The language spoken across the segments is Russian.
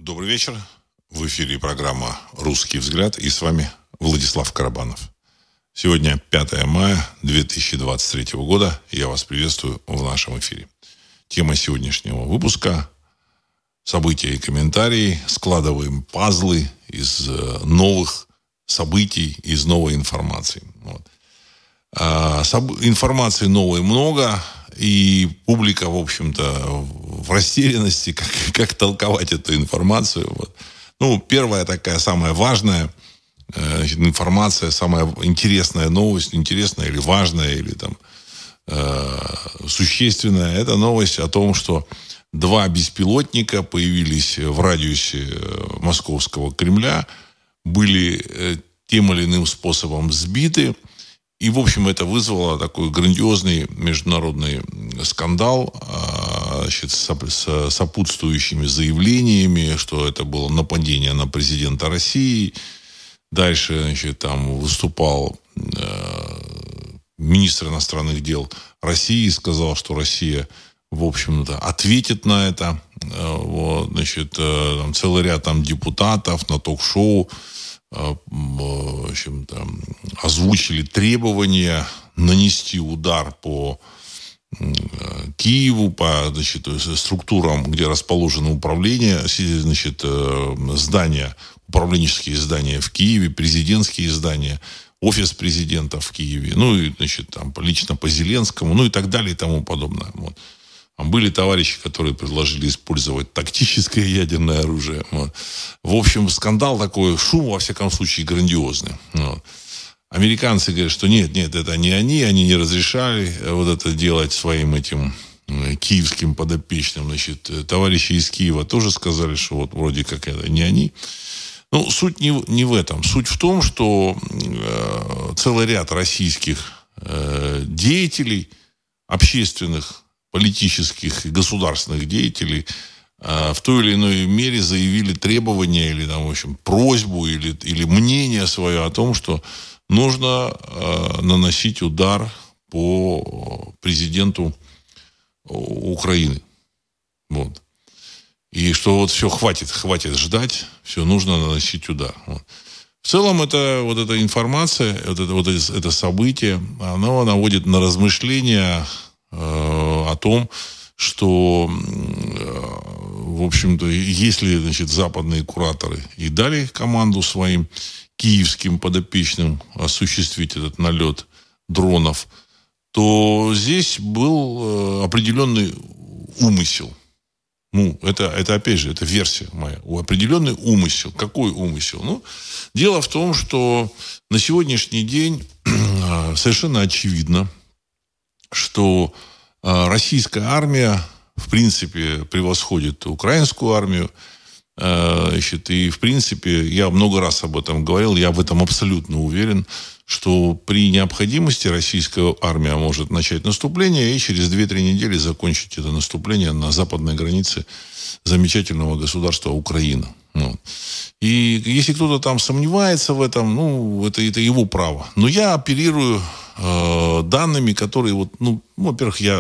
Добрый вечер. В эфире программа «Русский взгляд». И с вами Владислав Карабанов. Сегодня 5 мая 2023 года. Я вас приветствую в нашем эфире. Тема сегодняшнего выпуска – события и комментарии. Складываем пазлы из новых событий, из новой информации. Информации новой много. И публика, в общем-то, в растерянности, как толковать эту информацию. Первая такая, самая важная информация, самая интересная новость, интересная или важная, или там существенная, это новость о том, что 2 беспилотника появились в радиусе московского Кремля, были тем или иным способом сбиты. И, в общем, это вызвало такой грандиозный международный скандал, с сопутствующими заявлениями, что это было нападение на президента России. Дальше, там выступал министр иностранных дел России, сказал, что Россия, в общем-то, ответит на это. Там целый ряд депутатов на ток-шоу озвучили требования нанести удар по Киеву, по структурам, где расположено управление, здания, управленческие здания в Киеве, президентские здания, офис президента в Киеве, лично по Зеленскому, и так далее и тому подобное. Были товарищи, которые предложили использовать тактическое ядерное оружие. В общем, скандал такой, шум, во всяком случае, грандиозный. Американцы говорят, что нет, это не они не разрешали это делать своим этим киевским подопечным. Товарищи из Киева тоже сказали, что вроде как это не они. Суть не в этом. Суть в том, что целый ряд российских деятелей, общественных, политических и государственных деятелей в той или иной мере заявили требования или просьбу или мнение свое о том, что нужно наносить удар по президенту Украины. И что все, хватит ждать, все, нужно наносить удар. В целом, эта информация, это событие, оно наводит на размышления о том, что, в общем-то, если, западные кураторы и дали команду своим киевским подопечным осуществить этот налет дронов, то здесь был определенный умысел. Это опять же, это версия моя. Определенный умысел. Какой умысел? Дело в том, что на сегодняшний день совершенно очевидно, что российская армия, в принципе, превосходит украинскую армию. И, в принципе, я много раз об этом говорил, я в этом абсолютно уверен, что при необходимости российская армия может начать наступление и через 2-3 недели закончить это наступление на западной границе замечательного государства Украина. И если кто-то там сомневается в этом, это его право. Но я оперирую данными, которые, во-первых, я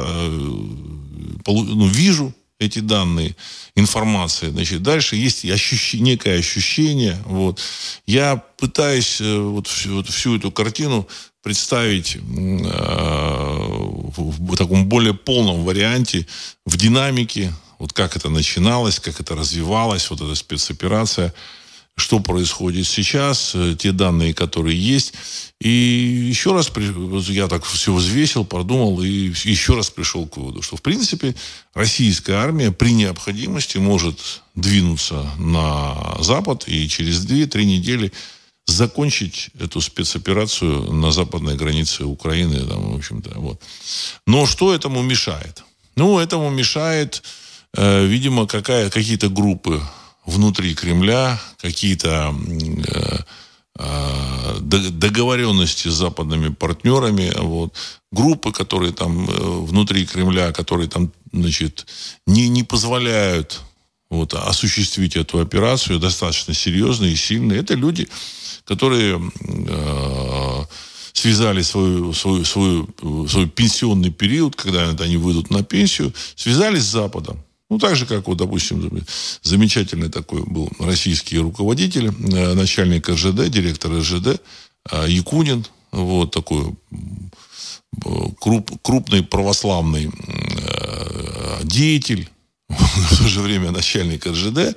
вижу эти данные, информация. Дальше есть некое ощущение. Я пытаюсь всю эту картину представить в таком более полном варианте, в динамике, как это начиналось, как это развивалось, эта спецоперация, что происходит сейчас, те данные, которые есть. И еще раз, я так все взвесил, продумал, и еще раз пришел к выводу, что, в принципе, российская армия при необходимости может двинуться на Запад и через 2-3 недели закончить эту спецоперацию на западной границе Украины. В общем-то, Но что этому мешает? Этому мешает, видимо, какие-то группы внутри Кремля, какие-то договоренности с западными партнерами, группы, которые там внутри Кремля, которые там, не позволяют осуществить эту операцию, достаточно серьезные и сильные. Это люди, которые связали свой пенсионный период, когда они выйдут на пенсию, связались с Западом. Ну, так же, как, вот, допустим, замечательный такой был российский руководитель, начальник РЖД, директор РЖД Якунин, вот такой крупный православный деятель, в то же время начальник РЖД,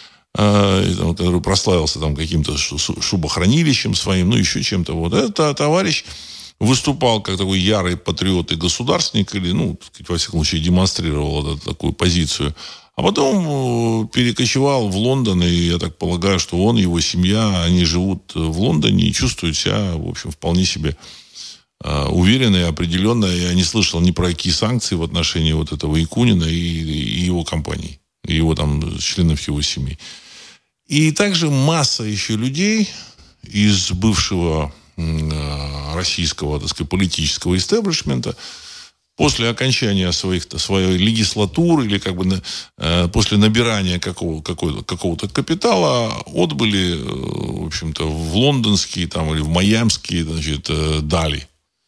который прославился там каким-то шубохранилищем своим, ну, еще чем-то. Вот. Это товарищ выступал как такой ярый патриот и государственник, или, ну, во всяком случае, демонстрировал такую позицию. А потом перекочевал в Лондон, и я так полагаю, что он, его семья, они живут в Лондоне и чувствуют себя, в общем, вполне себе уверенно и определенно. Я не слышал ни про какие санкции в отношении вот этого Якунина и его компаний, и его там членов его семьи. И также масса еще людей из бывшего российского, так сказать, политического истеблишмента после окончания своей легислатуры или как бы после набирания какого-то капитала отбыли, в общем-то, в лондонские там, или в майамские, значит, дали.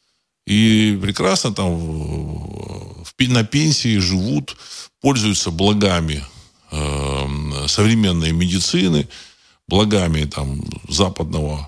И прекрасно там на пенсии живут, пользуются благами современной медицины, благами там западного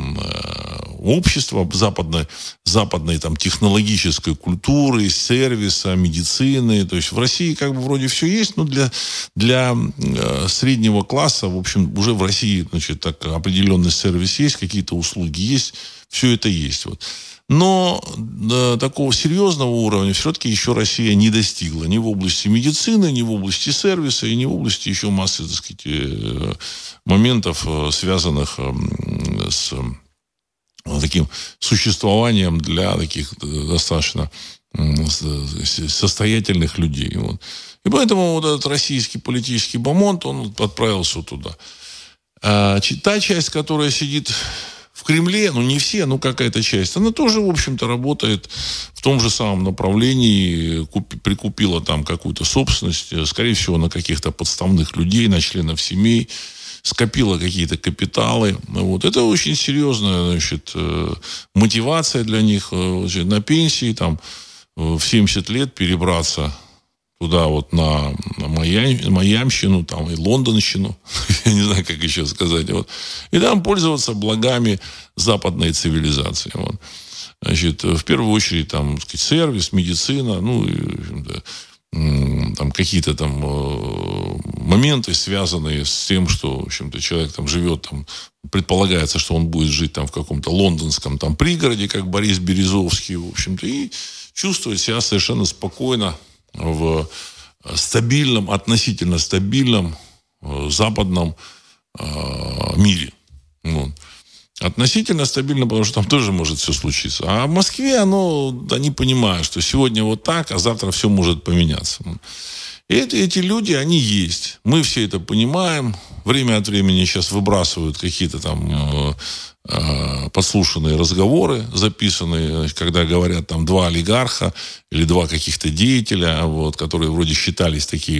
общества, западной там технологической культуры, сервиса, медицины. То есть в России как бы вроде все есть, но для среднего класса, в общем, уже в России, значит, так, определенный сервис есть, какие-то услуги есть, все это есть. Вот. Но такого серьезного уровня все-таки еще Россия не достигла. Ни в области медицины, ни в области сервиса, и ни в области еще массы, так сказать, моментов, связанных с таким существованием для таких достаточно состоятельных людей. Вот. И поэтому вот этот российский политический бомонд, он отправился туда. А та часть, которая сидит в Кремле, ну, не все, но какая-то часть, она тоже, в общем-то, работает в том же самом направлении, прикупила там какую-то собственность, скорее всего, на каких-то подставных людей, на членов семей, скопила какие-то капиталы. Вот. Это очень серьезная, значит, мотивация для них на пенсии, там, в 70 лет перебраться туда вот на Майамщину, там, и Лондонщину, я не знаю, как еще сказать, вот, и там пользоваться благами западной цивилизации. Вот. Значит, в первую очередь, там, так сказать, сервис, медицина, ну, и, там, какие-то там моменты, связанные с тем, что, в общем-то, человек там живет, там, предполагается, что он будет жить там в каком-то лондонском там пригороде, как Борис Березовский, в общем-то, и чувствовать себя совершенно спокойно в стабильном, относительно стабильном западном мире. Вот. Относительно стабильно, потому что там тоже может все случиться. А в Москве они понимают, что сегодня вот так, а завтра все может поменяться. И эти люди, они есть. Мы все это понимаем. Время от времени сейчас выбрасывают какие-то там подслушанные разговоры, записанные, когда говорят там два олигарха или два каких-то деятеля, вот, которые вроде считались такие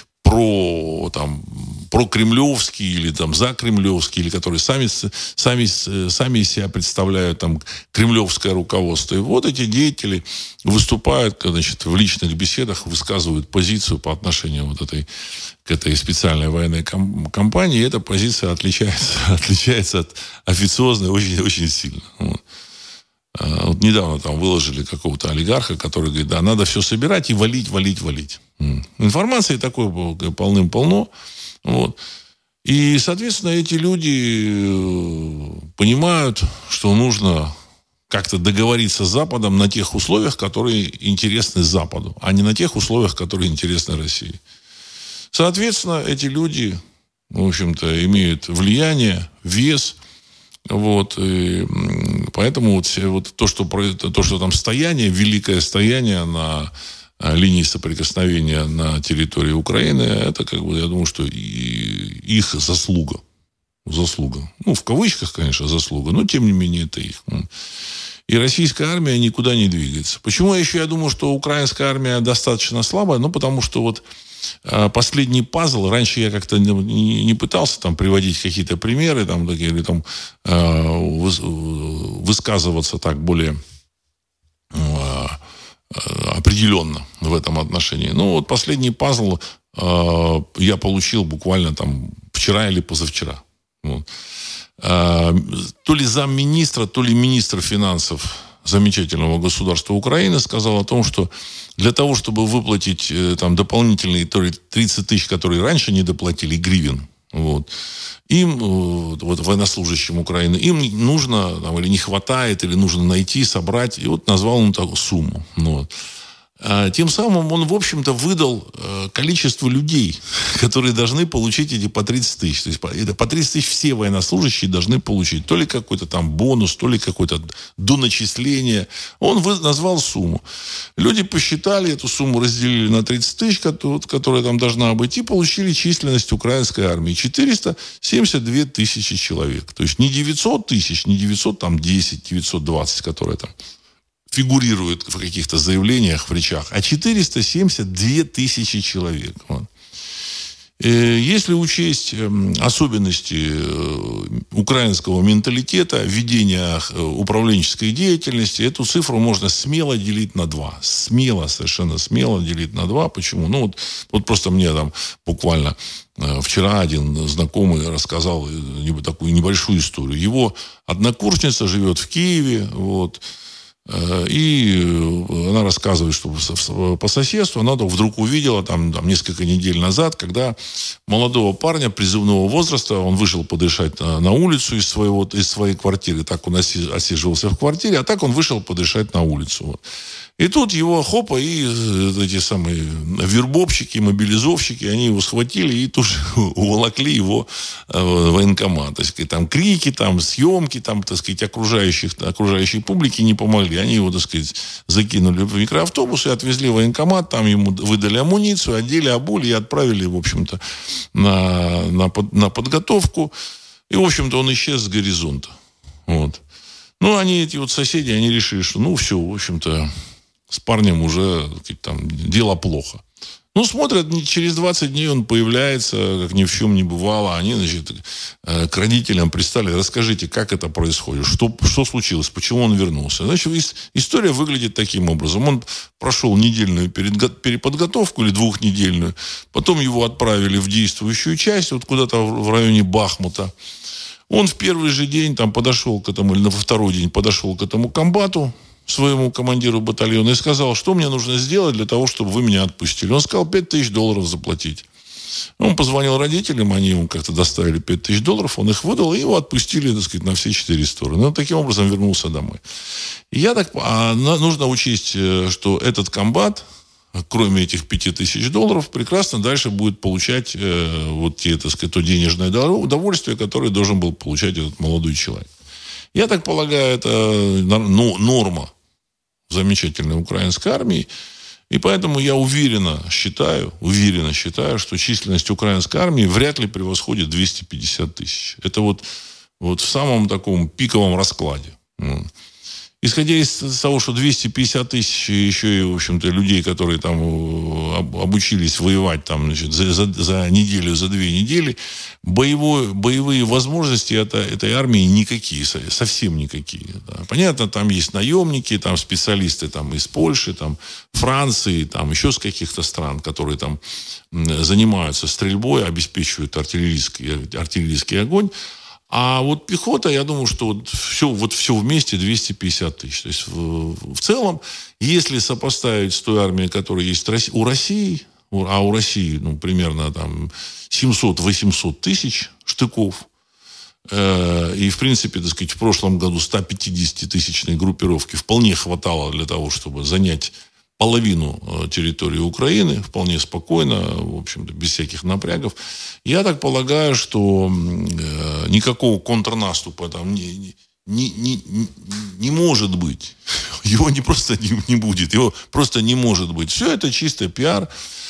прокремлевские или там закремлевские, или которые сами из себя представляют там кремлевское руководство. И вот эти деятели выступают, значит, в личных беседах, высказывают позицию по отношению вот к этой специальной военной кампании. И эта позиция отличается от официозной очень сильно. Вот. Вот недавно там выложили какого-то олигарха, который говорит, да, надо все собирать и валить. Информации такой полным-полно. Вот. И, соответственно, эти люди понимают, что нужно как-то договориться с Западом на тех условиях, которые интересны Западу, а не на тех условиях, которые интересны России. Соответственно, эти люди, в общем-то, имеют влияние, вес. Вот, и поэтому вот то, что там стояние, великое стояние на линии соприкосновения на территории Украины, это, как бы, я думаю, что и их заслуга. Ну, в кавычках, конечно, заслуга, но, тем не менее, это их. И российская армия никуда не двигается. Почему я думаю, что украинская армия достаточно слабая? Ну, потому что вот последний пазл, раньше я как-то не пытался там приводить какие-то примеры, там, или там высказываться так более определенно в этом отношении. Ну, вот последний пазл я получил буквально там вчера или позавчера. Вот. То ли замминистра, то ли министр финансов замечательного государства Украины сказал о том, что для того, чтобы выплатить там дополнительные то ли 30 тысяч, которые раньше не доплатили, гривен, вот, им, вот военнослужащим Украины, им нужно, там, или не хватает, или нужно найти, собрать, и вот назвал он такую сумму. Вот. Тем самым он, в общем-то, выдал количество людей, которые должны получить эти по 30 тысяч. То есть по 30 тысяч все военнослужащие должны получить. То ли какой-то там бонус, то ли какое-то доначисление. Он назвал сумму. Люди посчитали, эту сумму разделили на 30 тысяч, которая там должна быть, и получили численность украинской армии. 472 тысячи человек. То есть не 900 тысяч, не 910, 920, которые там фигурирует в каких-то заявлениях, в речах, а 472 тысячи человек. Вот. Если учесть особенности украинского менталитета, ведения управленческой деятельности, эту цифру можно смело делить на 2. Смело, совершенно смело делить на 2. Почему? Ну, вот просто мне там буквально вчера один знакомый рассказал такую небольшую историю. Его однокурсница живет в Киеве, вот, и она рассказывает, что по соседству она вдруг увидела там несколько недель назад, когда молодого парня призывного возраста, он вышел подышать на улицу из своей квартиры. Так он осиживался в квартире, а так он вышел подышать на улицу. Вот. И тут его хопа, и эти самые вербовщики, мобилизовщики, они его схватили и тут же уволокли его в военкомат. Так сказать, там крики, там съемки, там, так сказать, окружающей публики не помогли. Они его, так сказать, закинули в микроавтобус и отвезли в военкомат, там ему выдали амуницию, одели, обули и отправили, в общем-то, на подготовку. И, в общем-то, он исчез с горизонта. Вот. Ну, эти вот соседи, они решили, что, ну, все, в общем-то, с парнем уже там дело плохо. Ну, смотрят, через 20 дней он появляется, как ни в чем не бывало. Они, значит, к родителям пристали. Расскажите, как это происходит? Что случилось? Почему он вернулся? Значит, история выглядит таким образом. Он прошел недельную переподготовку или 2-недельную. Потом его отправили в действующую часть, вот куда-то в районе Бахмута. Он в первый же день там подошел к этому, или во второй день подошел к этому комбату, своему командиру батальона, и сказал, что мне нужно сделать для того, чтобы вы меня отпустили. Он сказал, $5000 заплатить. Он позвонил родителям, они ему как-то доставили $5000, он их выдал, и его отпустили, так сказать, на все 4 стороны. Он таким образом вернулся домой. Нужно учесть, что этот комбат, кроме этих $5000, прекрасно дальше будет получать вот те, так сказать, то денежное удовольствие, которое должен был получать этот молодой человек. Я так полагаю, это норма замечательной украинской армии. И поэтому я уверенно считаю, что численность украинской армии вряд ли превосходит 250 тысяч. Это вот в самом таком пиковом раскладе. Исходя из того, что 250 тысяч еще и, в общем-то, людей, которые там обучились воевать там, значит, за неделю, за 2 недели, боевые возможности этой армии никакие, совсем никакие. Да. Понятно, там есть наемники, там специалисты там, из Польши, там, Франции, там, еще с каких-то стран, которые там занимаются стрельбой, обеспечивают артиллерийский огонь. А вот пехота, я думаю, что все вместе 250 тысяч. То есть в целом, если сопоставить с той армией, которая есть у России, а у России примерно там 700-800 тысяч штыков, и, в принципе, так сказать, в прошлом году 150-тысячной группировки вполне хватало для того, чтобы занять половину территории Украины, вполне спокойно, в общем-то, без всяких напрягов. Я так полагаю, что никакого контрнаступа там не может быть. Его просто не будет. Его просто не может быть. Все это чисто пиар,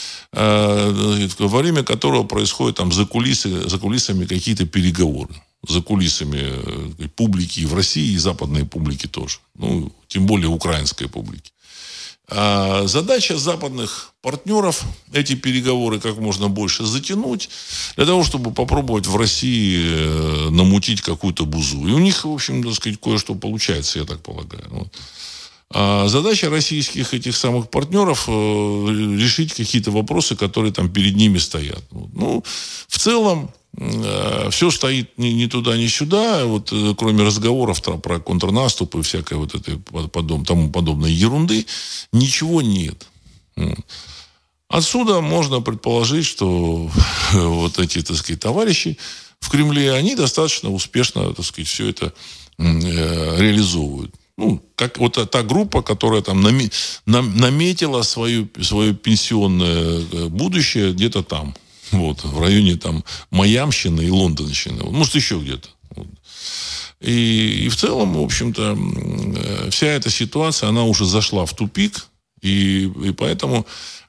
во время которого происходят там за кулисами какие-то переговоры. За кулисами публики в России и западной публики тоже. Ну, тем более украинской публики. Задача западных партнеров эти переговоры как можно больше затянуть, для того, чтобы попробовать в России намутить какую-то бузу. И у них, в общем, так сказать, кое-что получается, я так полагаю. Вот. А задача российских этих самых партнеров решить какие-то вопросы, которые там перед ними стоят. Ну, в целом, все стоит ни туда, ни сюда. Вот, кроме разговоров про контрнаступ и всякой вот этой тому подобной ерунды, ничего нет. Отсюда можно предположить, что вот эти, так сказать, товарищи в Кремле, они достаточно успешно, так сказать, все это реализовывают. Ну, как вот та группа, которая там наметила свое пенсионное будущее где-то там. Вот, в районе там Майамщины и Лондонщины. Может, еще где-то. Вот. И в целом, в общем-то, вся эта ситуация, она уже зашла в тупик. И поэтому,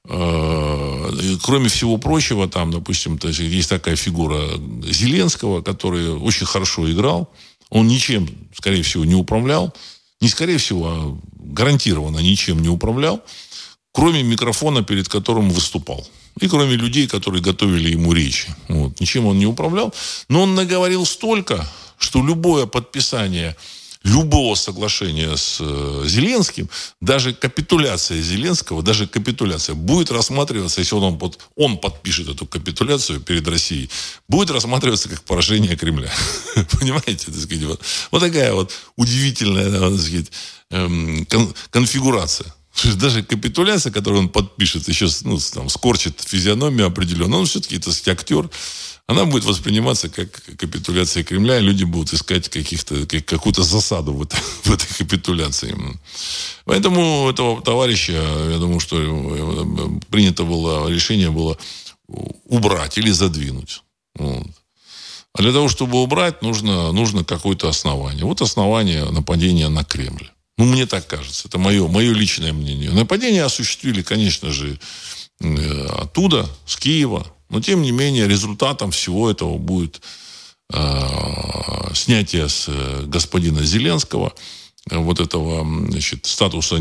кроме всего прочего, там, допустим, есть такая фигура Зеленского, который очень хорошо играл. Он ничем, скорее всего, не управлял. Не скорее всего, а гарантированно ничем не управлял, кроме микрофона, перед которым выступал. И кроме людей, которые готовили ему речи. Вот. Ничем он не управлял. Но он наговорил столько, что любое подписание любого соглашения с Зеленским, даже капитуляция Зеленского, даже капитуляция будет рассматриваться, если он подпишет эту капитуляцию перед Россией, будет рассматриваться как поражение Кремля. Понимаете? Так сказать, вот такая вот удивительная, так сказать, конфигурация. Даже капитуляция, которую он подпишет, еще там, скорчит физиономию определенно, он все-таки, так сказать, актер, она будет восприниматься как капитуляция Кремля, и люди будут искать какую-то засаду в этой капитуляции. Поэтому этого товарища, я думаю, что принято было решение было убрать или задвинуть. Вот. А для того, чтобы убрать, нужно какое-то основание. Вот основание нападения на Кремль. Ну, мне так кажется. Это мое личное мнение. Нападение осуществили, конечно же, оттуда, с Киева. Но, тем не менее, результатом всего этого будет снятие с господина Зеленского вот этого, значит, статуса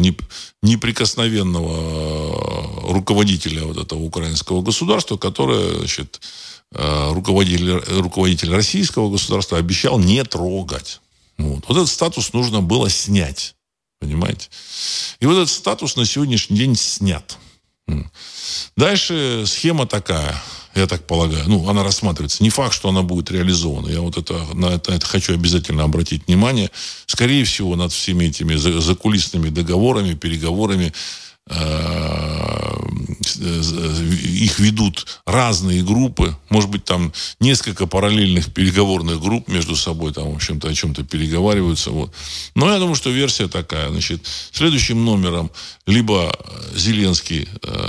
неприкосновенного руководителя вот этого украинского государства, которое, значит, руководитель российского государства обещал не трогать. Вот этот статус нужно было снять. Понимаете? И вот этот статус на сегодняшний день снят. Дальше схема такая, я так полагаю. Ну, она рассматривается. Не факт, что она будет реализована. Я вот на это хочу обязательно обратить внимание. Скорее всего, над всеми этими закулисными договорами, переговорами их ведут разные группы. Может быть, там несколько параллельных переговорных групп между собой там, в общем-то, о чем-то переговариваются. Вот. Но я думаю, что версия такая. Значит, следующим номером либо Зеленский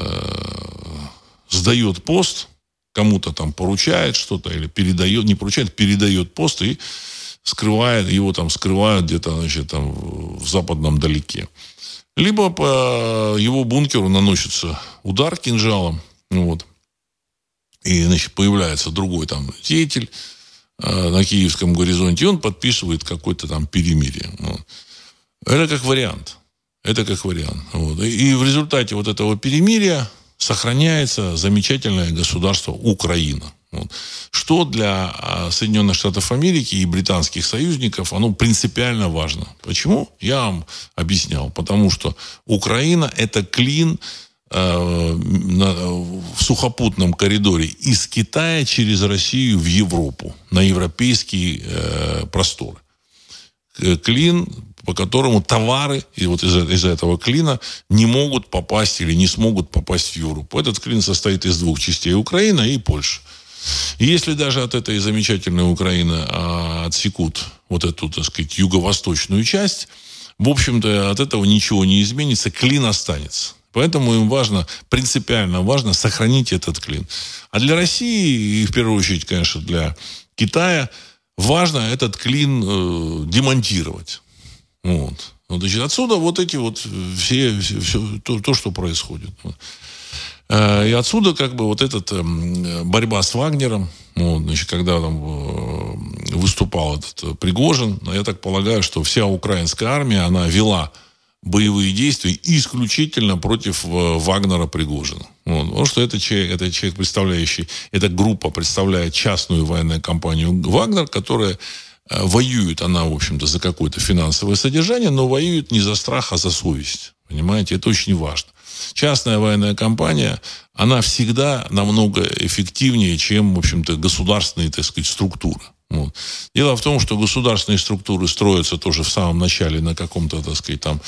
сдает пост, кому-то там поручает что-то, или передает, не поручает, передает пост и скрывают где-то, значит, там, в западном далеке. Либо по его бункеру наносится удар кинжалом, вот, и, значит, появляется другой там деятель на киевском горизонте, и он подписывает какое-то там перемирие. Вот. Это как вариант. Вот. И в результате вот этого перемирия сохраняется замечательное государство Украина. Вот. Что для Соединенных Штатов Америки и британских союзников, оно принципиально важно. Почему? Я вам объяснял. Потому что Украина – это клин в сухопутном коридоре из Китая через Россию в Европу, на европейские просторы. Клин, по которому товары и вот из этого клина не могут попасть или не смогут попасть в Европу. Этот клин состоит из двух частей – Украина и Польша. И если даже от этой замечательной Украины отсекут вот эту, так сказать, юго-восточную часть, в общем-то, от этого ничего не изменится, клин останется. Поэтому им принципиально важно сохранить этот клин. А для России, и в первую очередь, конечно, для Китая, важно этот клин демонтировать. Вот. Значит, отсюда вот эти вот все то, что происходит. И отсюда как бы вот эта борьба с Вагнером, вот, значит, когда там выступал этот Пригожин, я так полагаю, что вся украинская армия, она вела боевые действия исключительно против Вагнера Пригожина. Вот. Потому что это человек, эта группа представляет частную военную компанию Вагнер, которая воюет она, в общем-то, за какое-то финансовое содержание, но воюет не за страх, а за совесть. Понимаете, это очень важно. Частная военная компания, она всегда намного эффективнее, чем, в общем-то, государственные, так сказать, структуры. Вот. Дело в том, что государственные структуры строятся тоже в самом начале на каком-то, так сказать, там,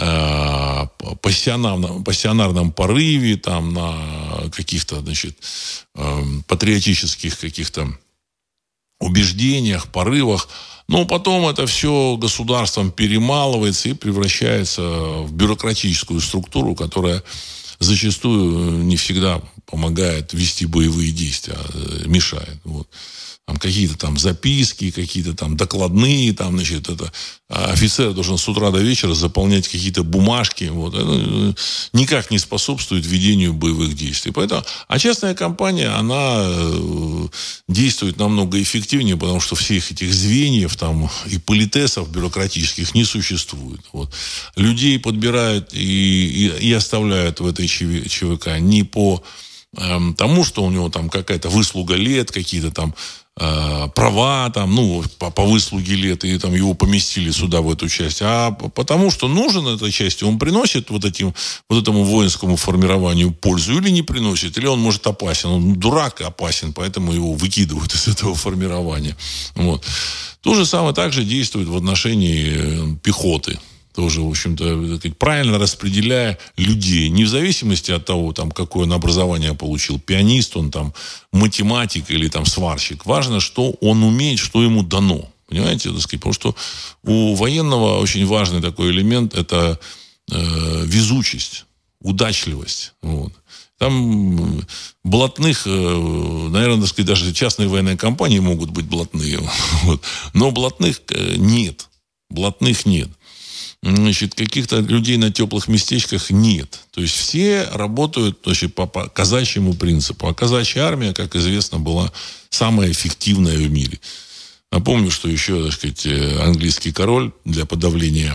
пассионарном порыве, там, на каких-то, значит, патриотических каких-то убеждениях, порывах. Но потом это все государством перемалывается и превращается в бюрократическую структуру, которая зачастую не всегда помогает вести боевые действия, а мешает. Вот. Там какие-то там записки, какие-то там докладные, там, значит, это офицер должен с утра до вечера заполнять какие-то бумажки. Вот. Это никак не способствует ведению боевых действий. Поэтому, а частная компания, она действует намного эффективнее, потому что всех этих звеньев там, и политесов бюрократических не существует. Вот. Людей подбирают и оставляют в этой ЧВК не по тому, что у него там какая-то выслуга лет, какие-то там права, там, ну, по выслуге лет, и там его поместили сюда, в эту часть, а потому что нужен этой части, он приносит вот этому воинскому формированию пользу или не приносит, или он может опасен, он дурак и опасен, поэтому его выкидывают из этого формирования. Вот. То же самое также действует в отношении пехоты. Тоже, в общем-то, правильно распределяя людей. Не в зависимости от того, там, какое он образование получил. Пианист он, там, математик или там, сварщик. Важно, что он умеет, что ему дано. Понимаете, так сказать? Потому что у военного очень важный такой элемент – это везучесть, удачливость. Вот. Там блатных, наверное, так сказать, даже частные военные компании могут быть блатные. Вот. Но блатных нет. Блатных нет. Значит, каких-то людей на теплых местечках нет. То есть все работают, значит, по казачьему принципу. А казачья армия, как известно, была самая эффективная в мире. Напомню, что еще, так сказать, английский король для подавления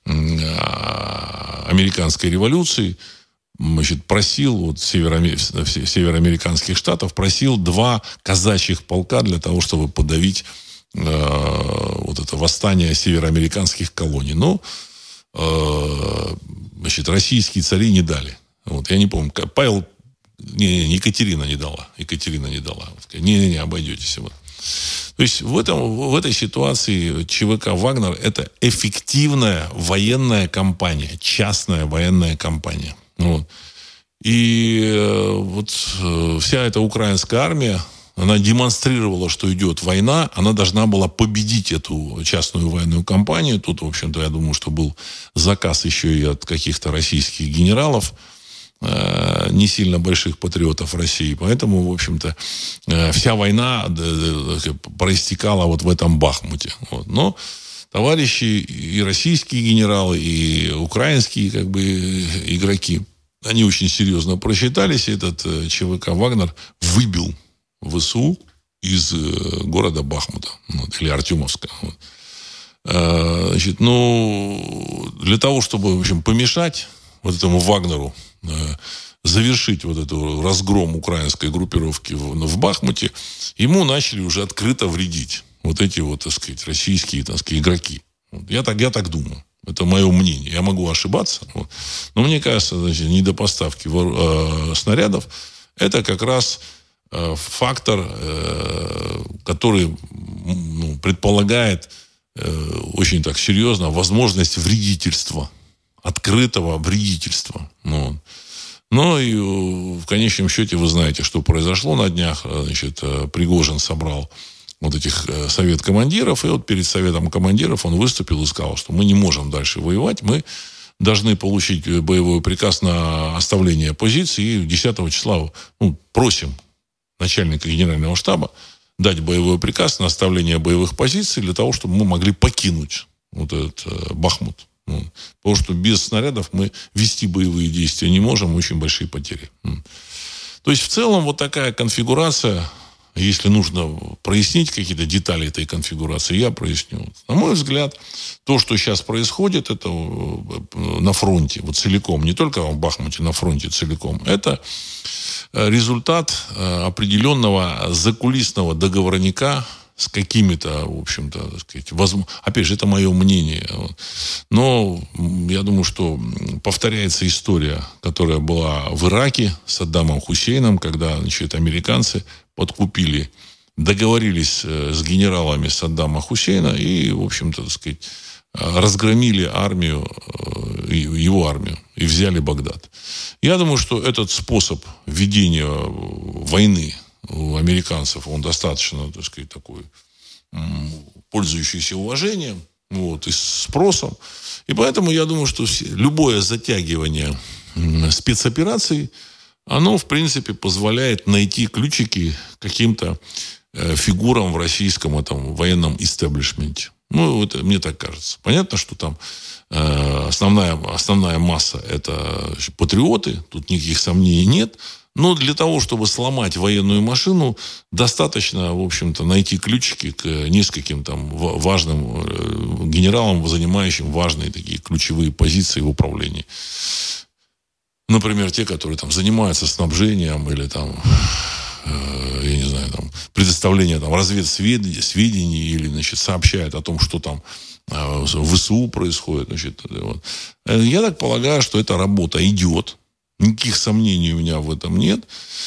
американской революции, значит, просил вот североамериканских штатов, просил 2 казачьих полка для того, чтобы подавить вот это восстание североамериканских колоний. Но значит, российские цари не дали. Вот, я не помню, Павел, Екатерина не дала. Не, обойдетесь. Вот. То есть в этой ситуации ЧВК «Вагнер» – это эффективная военная компания, частная военная компания. Вот. И вот вся эта украинская армия, она демонстрировала, что идет война, она должна была победить эту частную военную компанию. Тут, в общем-то, я думаю, что был заказ еще и от каких-то российских генералов, не сильно больших патриотов России. Поэтому, в общем-то, вся война проистекала вот в этом Бахмуте. Вот. Но товарищи и российские генералы, и украинские как бы игроки, они очень серьезно просчитались, и этот ЧВК «Вагнер» выбил ВСУ из города Бахмута, вот, или Артемовска. Вот. Значит, для того, чтобы, в общем, помешать вот этому Вагнеру завершить вот этот разгром украинской группировки в Бахмуте, ему начали уже открыто вредить вот эти вот, так сказать, российские, так сказать, игроки. Вот. Я так думаю. Это мое мнение. Я могу ошибаться. Вот. Но мне кажется, значит, недопоставки снарядов – это как раз фактор, который предполагает очень так серьезно возможность вредительства, открытого вредительства. Но и в конечном счете вы знаете, что произошло на днях. Значит, Пригожин собрал вот этих совет командиров, и вот перед советом командиров он выступил и сказал, что мы не можем дальше воевать, мы должны получить боевой приказ на оставление позиции, и 10 числа просим начальника генерального штаба дать боевой приказ на оставление боевых позиций для того, чтобы мы могли покинуть вот этот Бахмут. Потому что без снарядов мы вести боевые действия не можем, очень большие потери. То есть в целом вот такая конфигурация, если нужно прояснить какие-то детали этой конфигурации, я проясню. На мой взгляд, то, что сейчас происходит, это на фронте, вот целиком, не только в Бахмуте, на фронте целиком, это результат определенного закулисного договорника с какими-то, в общем-то, так сказать, опять же, это мое мнение. Но я думаю, что повторяется история, которая была в Ираке с Саддамом Хусейном, когда, значит, американцы подкупили, договорились с генералами Саддама Хусейна и, в общем-то, так сказать, разгромили армию, его армию, и взяли Багдад. Я думаю, что этот способ ведения войны у американцев, он достаточно, так сказать, такой, пользующийся уважением, вот, и спросом. И поэтому я думаю, что любое затягивание спецопераций, оно, в принципе, позволяет найти ключики каким-то фигурам в российском этом военном истеблишменте. Ну, это мне так кажется. Понятно, что там основная масса – это патриоты, тут никаких сомнений нет. Но для того, чтобы сломать военную машину, достаточно, в общем-то, найти ключики к нескольким там важным генералам, занимающим важные такие ключевые позиции в управлении. Например, те, которые там занимаются снабжением или там, я не знаю, там, предоставлением там разведсведений или, значит, сообщают о том, что там в ВСУ происходит. Значит, вот. Я так полагаю, что эта работа идет. Никаких сомнений у меня в этом нет.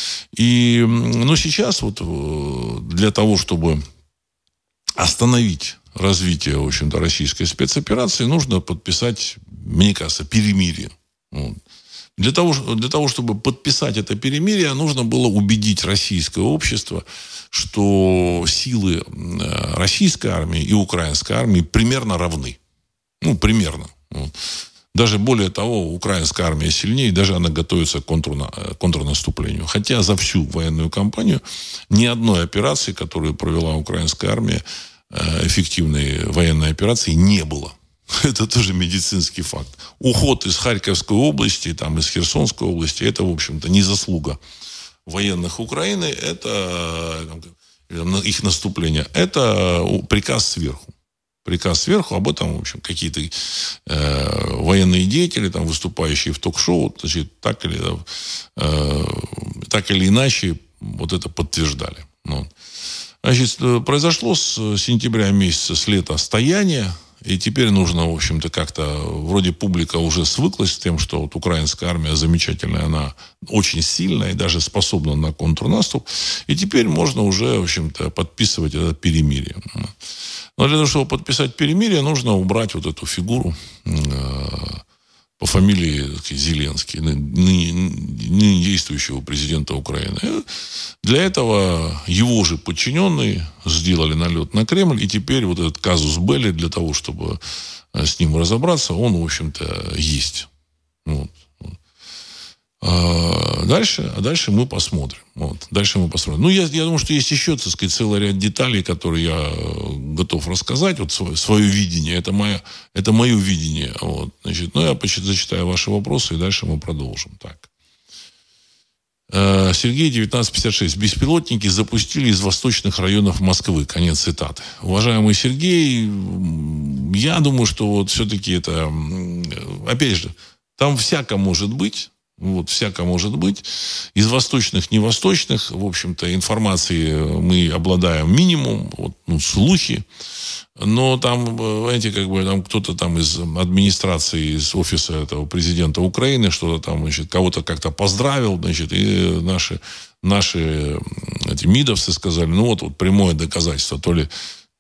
Но сейчас вот для того, чтобы остановить развитие, в общем-то, российской спецоперации, нужно подписать, мне кажется, перемирие. Вот. Для того, чтобы подписать это перемирие, нужно было убедить российское общество, что силы российской армии и украинской армии примерно равны. Ну, примерно. Вот. Даже более того, украинская армия сильнее, даже она готовится к контрнаступлению. Хотя за всю военную кампанию ни одной операции, которую провела украинская армия, эффективной военной операции, не было. Это тоже медицинский факт. Уход из Харьковской области, там, из Херсонской области, это, в общем-то, не заслуга военных Украины, это их наступление. Это приказ сверху. Приказ сверху, об этом, в общем, какие-то военные деятели, там, выступающие в ток-шоу, значит, так или иначе вот это подтверждали. Вот. Значит, произошло с сентября месяца, с лета стояние, и теперь нужно, в общем-то, как-то, вроде публика уже свыклась с тем, что вот украинская армия замечательная, она очень сильная и даже способна на контрнаступ, и теперь можно уже, в общем-то, подписывать это перемирие. Но для того, чтобы подписать перемирие, нужно убрать вот эту фигуру по фамилии Зеленский, ныне действующего президента Украины. Для этого его же подчиненные сделали налет на Кремль, и теперь вот этот казус белли, для того, чтобы с ним разобраться, он, в общем-то, есть. Вот. Дальше мы посмотрим. Вот. Дальше мы посмотрим. Ну, я думаю, что есть еще, так сказать, целый ряд деталей, которые я готов рассказать. Вот свое видение. Это мое видение. Вот. Значит, я зачитаю ваши вопросы, и дальше мы продолжим. Так. Сергей, 1956. Беспилотники запустили из восточных районов Москвы. Конец цитаты. Уважаемый Сергей, я думаю, что вот все-таки это... Опять же, там всяко может быть. Вот, всяко может быть. Из восточных, невосточных, в общем-то, информации мы обладаем минимум, вот, слухи. Но там, знаете, как бы там кто-то там из администрации, из офиса этого президента Украины, что-то там, значит, кого-то как-то поздравил, значит, и наши эти мидовцы сказали, вот прямое доказательство, то ли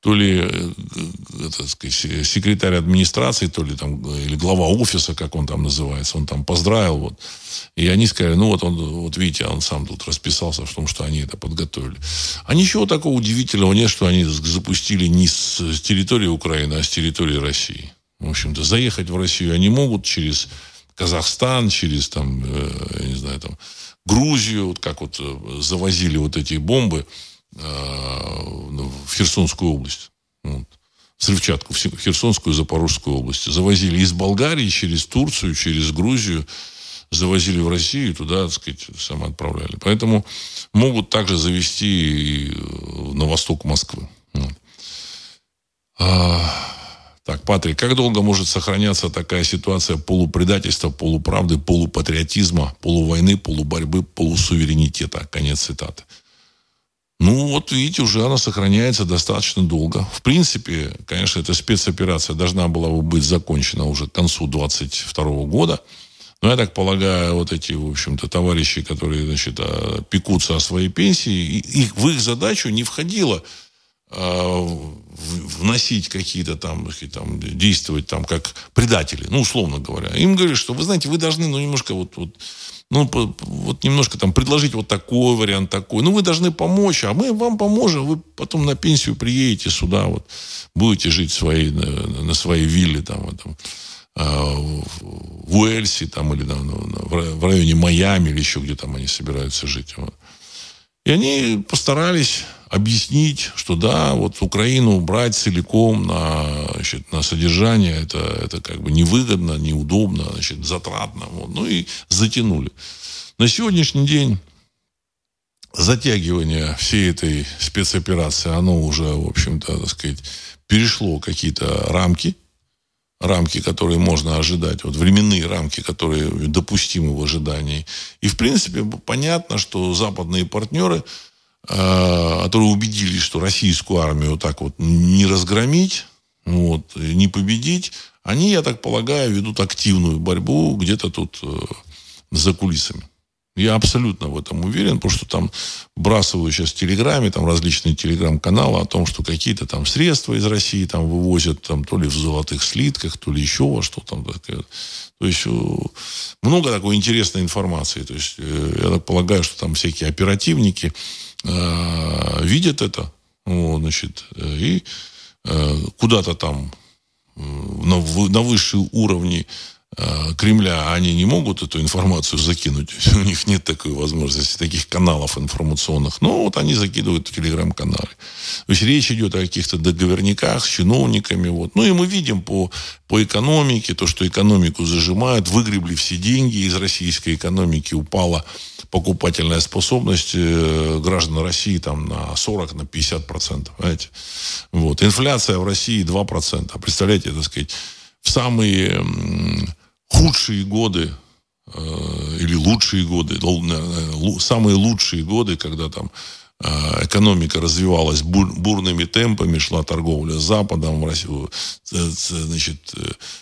так сказать, секретарь администрации, то ли там, или глава офиса, как он там называется, он там поздравил, вот. И они сказали, вот видите, он сам тут расписался в том, что они это подготовили. А ничего такого удивительного нет, что они запустили не с территории Украины, а с территории России. В общем-то, заехать в Россию они могут через Казахстан, через там, я не знаю, там, Грузию, вот как вот завозили вот эти бомбы в Херсонскую область. Вот. Взрывчатку в Херсонскую и Запорожскую области. Завозили из Болгарии через Турцию, через Грузию. Завозили в Россию и туда, так сказать, самоотправляли. Поэтому могут также завезти и на восток Москвы. Вот. Так, Патрик, как долго может сохраняться такая ситуация полупредательства, полуправды, полупатриотизма, полувойны, полуборьбы, полусуверенитета? Конец цитаты. Ну, вот видите, уже она сохраняется достаточно долго. В принципе, конечно, эта спецоперация должна была бы быть закончена уже к концу 2022 года. Но я так полагаю, вот эти, в общем-то, товарищи, которые, значит, пекутся о своей пенсии, в их задачу не входило вносить какие-то там, действовать там как предатели, ну, условно говоря. Им говорят, что, вы знаете, вы должны, ну, немножко вот немножко там предложить вот такой вариант, такой. Ну, вы должны помочь, а мы вам поможем. Вы потом на пенсию приедете сюда, вот, будете жить на своей вилле там, в Уэльсе там, или в районе Майами, или еще где там они собираются жить. Вот. И они постарались объяснить, что да, вот Украину брать целиком на содержание, это как бы невыгодно, неудобно, значит, затратно. Вот. Ну и затянули. На сегодняшний день затягивание всей этой спецоперации, оно уже, в общем-то, так сказать, перешло какие-то рамки, которые можно ожидать, вот временные рамки, которые допустимы в ожидании. И, в принципе, понятно, что западные партнеры, которые убедились, что российскую армию вот так вот не разгромить, вот, не победить, они, я так полагаю, ведут активную борьбу где-то тут за кулисами. Я абсолютно в этом уверен, потому что там бросают сейчас в Телеграме, там различные телеграм-каналы о том, что какие-то там средства из России там вывозят, там, то ли в золотых слитках, то ли еще во что там. То есть много такой интересной информации. То есть я так полагаю, что там всякие оперативники видят это, вот, значит, и куда-то там на высшие уровни Кремля они не могут эту информацию закинуть. У них нет такой возможности, таких каналов информационных. Но вот они закидывают в телеграм-канале. То есть речь идет о каких-то договорниках с чиновниками. Вот. Ну и мы видим по экономике, то, что экономику зажимают, выгребли все деньги из российской экономики, упала покупательная способность граждан России там, на 40-50%. Понимаете? Вот. Инфляция в России 2%. Представляете, так сказать, в самые худшие годы или лучшие годы, самые лучшие годы, когда там экономика развивалась бурными темпами, шла торговля с Западом, в Россию, значит,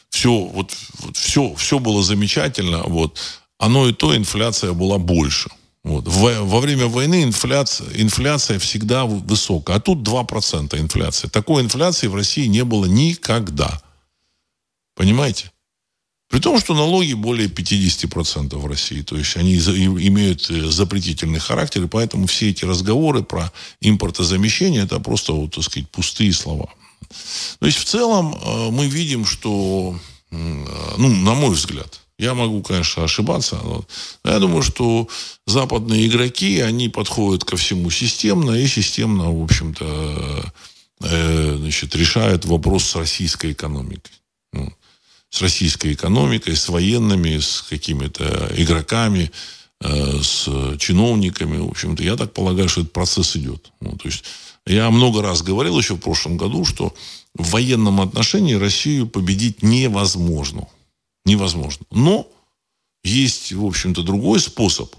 все было замечательно, вот, оно и то инфляция была больше. Вот. Во время войны инфляция всегда высокая, а тут 2% инфляция. Такой инфляции в России не было никогда. Понимаете? При том, что налоги более 50% в России. То есть они имеют запретительный характер, и поэтому все эти разговоры про импортозамещение это просто, вот, так сказать, пустые слова. То есть в целом мы видим, что, ну, на мой взгляд, я могу, конечно, ошибаться, но я думаю, что западные игроки, они подходят ко всему системно, и системно, в общем-то, значит, решают вопрос с российской экономикой. С российской экономикой, с военными, с какими-то игроками, с чиновниками. В общем-то, я так полагаю, что этот процесс идет. Ну, то есть, я много раз говорил еще в прошлом году, что в военном отношении Россию победить невозможно. Невозможно. Но есть, в общем-то, другой способ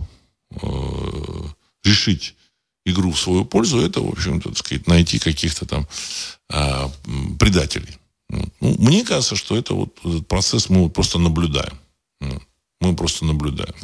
решить игру в свою пользу. Это, в общем-то, так сказать, найти каких-то там предателей. Ну, мне кажется, что это вот этот процесс мы вот просто наблюдаем. Мы просто наблюдаем.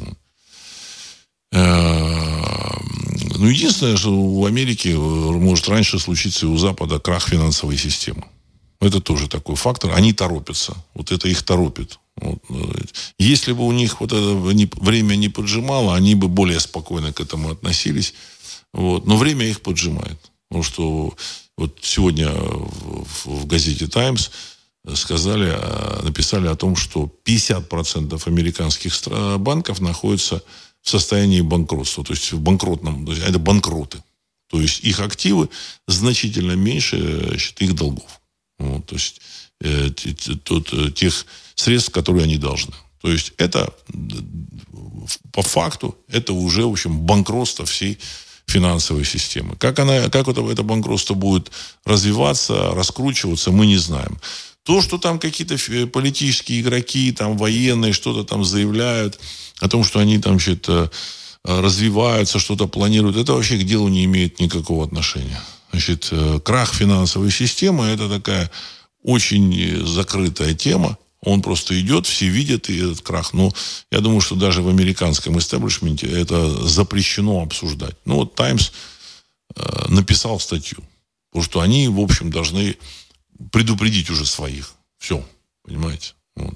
Ну, единственное, что у Америки может раньше случиться и у Запада крах финансовой системы. Это тоже такой фактор. Они торопятся. Вот это их торопит. Вот. Если бы у них вот это время не поджимало, они бы более спокойно к этому относились. Вот. Но время их поджимает. Потому что вот сегодня в газете «Таймс» написали о том, что 50% американских банков находятся в состоянии банкротства. То есть в банкротном, то есть это банкроты. То есть их активы значительно меньше, значит, их долгов. Вот, то есть тех средств, которые они должны. То есть это по факту это уже, в общем, банкротство всей финансовой системы. Как это банкротство будет развиваться, раскручиваться, мы не знаем. То, что там какие-то политические игроки, там военные что-то там заявляют о том, что они там что-то развиваются, что-то планируют. Это вообще к делу не имеет никакого отношения. Значит, крах финансовой системы – это такая очень закрытая тема. Он просто идет, все видят и этот крах. Но я думаю, что даже в американском истеблишменте это запрещено обсуждать. Ну, вот «Таймс» написал статью. Потому что они, в общем, должны предупредить уже своих. Все, понимаете? Вот.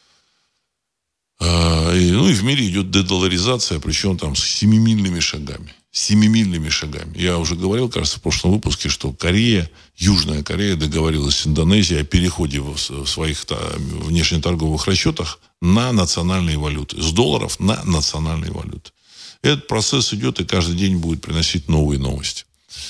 И в мире идет дедоларизация, причем там с семимильными шагами. Семимильными шагами. Я уже говорил, кажется, в прошлом выпуске, что Южная Корея договорилась с Индонезией о переходе в своих внешнеторговых расчетах на национальные валюты. С долларов на национальные валюты. Этот процесс идет и каждый день будет приносить новые новости.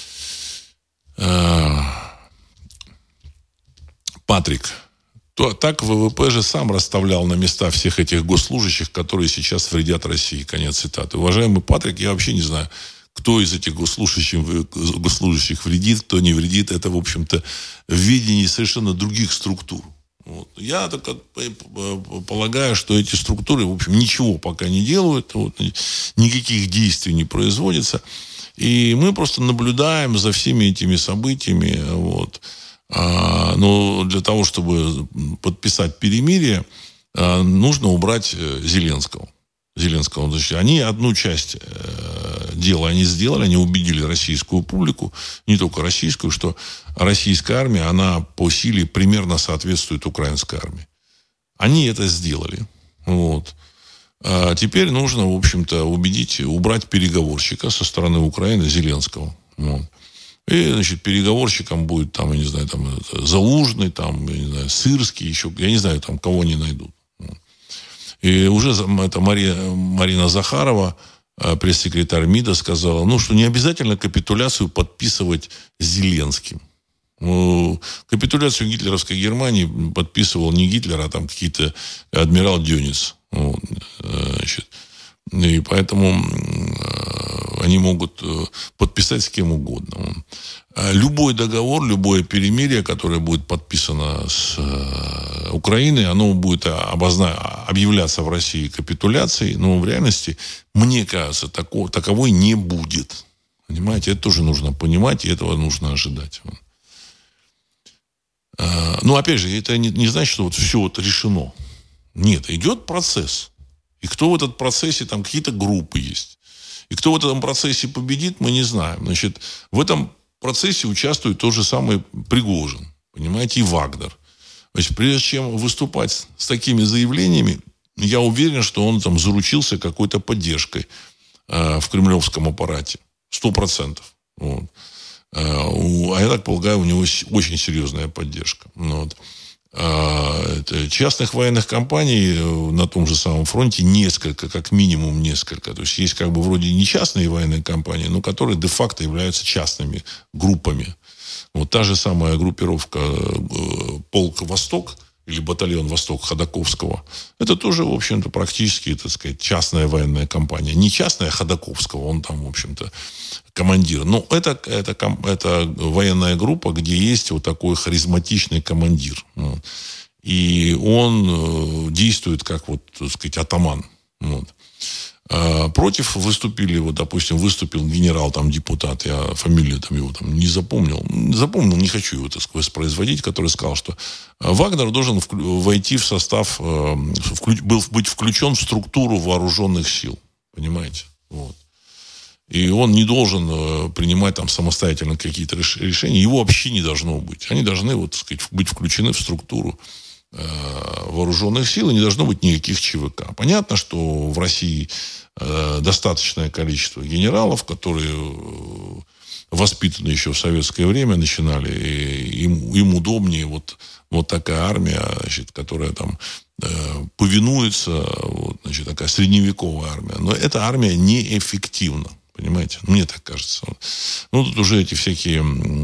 Патрик. Так ВВП же сам расставлял на места всех этих госслужащих, которые сейчас вредят России. Конец цитаты. Уважаемый Патрик, я вообще не знаю, кто из этих госслужащих вредит, кто не вредит. Это, в общем-то, в видении совершенно других структур. Вот. Я так полагаю, что эти структуры, в общем, ничего пока не делают, вот, никаких действий не производится. И мы просто наблюдаем за всеми этими событиями. Вот. Но для того, чтобы подписать перемирие, нужно убрать Зеленского. Значит, они одну часть дела они сделали, они убедили российскую публику, не только российскую, что российская армия, она по силе примерно соответствует украинской армии. Они это сделали. Вот. А теперь нужно, в общем-то, убрать переговорщика со стороны Украины Зеленского. Вот. И, значит, переговорщиком будет, там, я не знаю, там, Залужный, там, я не знаю, Сырский, еще, я не знаю, там, кого они найдут. И уже это Марина Захарова, пресс-секретарь МИДа, сказала, что не обязательно капитуляцию подписывать с Зеленским. Капитуляцию гитлеровской Германии подписывал не Гитлер, а там какие-то адмирал Дёниц. Вот, значит. И поэтому они могут подписать с кем угодно. Любой договор, любое перемирие, которое будет подписано с Украиной, оно будет объявляться в России капитуляцией, но в реальности, мне кажется, таковой не будет. Понимаете, это тоже нужно понимать, и этого нужно ожидать. Но, опять же, это не значит, что вот все вот решено. Нет, идет процесс. И кто в этом процессе, там какие-то группы есть. И кто в этом процессе победит, мы не знаем. Значит, в этом процессе участвует тот же самый Пригожин, понимаете, и Вагнер. Значит, прежде чем выступать с такими заявлениями, я уверен, что он там заручился какой-то поддержкой в кремлевском аппарате. 100%. Вот. А я так полагаю, у него очень серьезная поддержка. Вот. Частных военных компаний на том же самом фронте несколько, как минимум несколько. То есть есть как бы вроде не частные военные компании, но которые де-факто являются частными группами. Вот та же самая группировка полк «Восток» или батальон «Восток» Ходаковского. Это тоже, в общем-то, практически, так сказать, частная военная компания. Не частная Ходаковского, он там, в общем-то, командир. Но это военная группа, где есть вот такой харизматичный командир. И он действует как, вот, так сказать, атаман. Вот. Против выступил, выступил генерал, там, депутат, я фамилию там его там не запомнил. Запомнил, не хочу его, так сказать, воспроизводить, который сказал, что Вагнер должен войти в состав, быть включен в структуру вооруженных сил. Понимаете? Вот. И он не должен принимать там самостоятельно какие-то решения. Его вообще не должно быть. Они должны, вот, так сказать, быть включены в структуру вооруженных сил, и не должно быть никаких ЧВК. Понятно, что в России достаточное количество генералов, которые воспитаны еще в советское время, начинали, и им удобнее вот такая армия, значит, которая там повинуется, вот, значит, такая средневековая армия. Но эта армия неэффективна. Понимаете? Мне так кажется. Тут уже эти всякие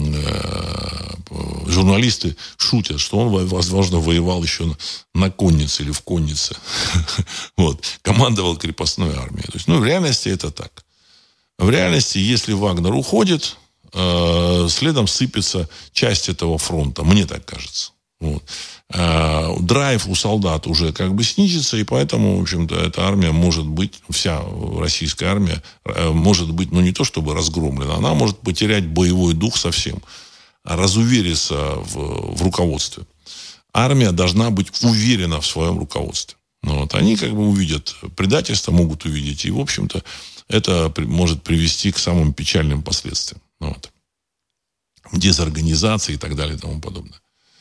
журналисты шутят, что он, возможно, воевал еще на коннице или в коннице. Вот. Командовал крепостной армией. То есть, в реальности это так. В реальности, если Вагнер уходит, следом сыпется часть этого фронта. Мне так кажется. Вот. Драйв у солдат уже как бы снизится, и поэтому, в общем-то, эта армия может быть, вся российская армия может быть, ну, не то чтобы разгромлена, она может потерять боевой дух совсем, разувериться в руководстве. Армия должна быть уверена в своем руководстве. Вот. Они как бы увидят предательство, могут увидеть, и, в общем-то, это может привести к самым печальным последствиям. Вот. Дезорганизации и так далее и тому подобное.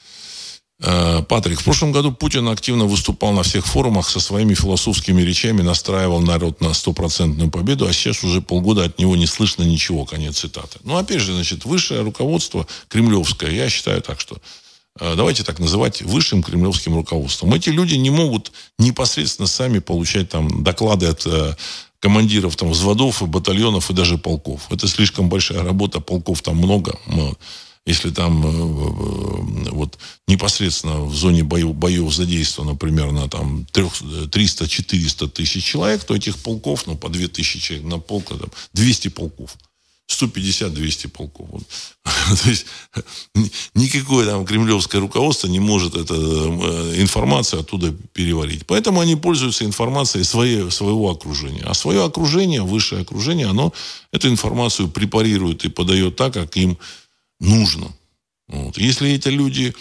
Патрик, в прошлом году Путин активно выступал на всех форумах со своими философскими речами, настраивал народ на 100% победу, а сейчас уже полгода от него не слышно ничего. Конец цитаты. Ну, опять же, значит, высшее руководство кремлевское, я считаю так, что давайте так называть высшим кремлевским руководством. Эти люди не могут непосредственно сами получать там доклады от командиров там взводов и батальонов и даже полков. Это слишком большая работа, полков там много. Если там вот непосредственно в зоне боев задействовано примерно там 300-400 тысяч человек, то этих полков, ну, по 2000 человек на полк, там, 200 полков. 150-200 полков. Вот. То есть никакое там кремлевское руководство не может эту информацию оттуда переварить. Поэтому они пользуются информацией своего окружения. А свое окружение, высшее окружение, оно эту информацию препарирует и подает так, как им нужно. Вот. Если эти люди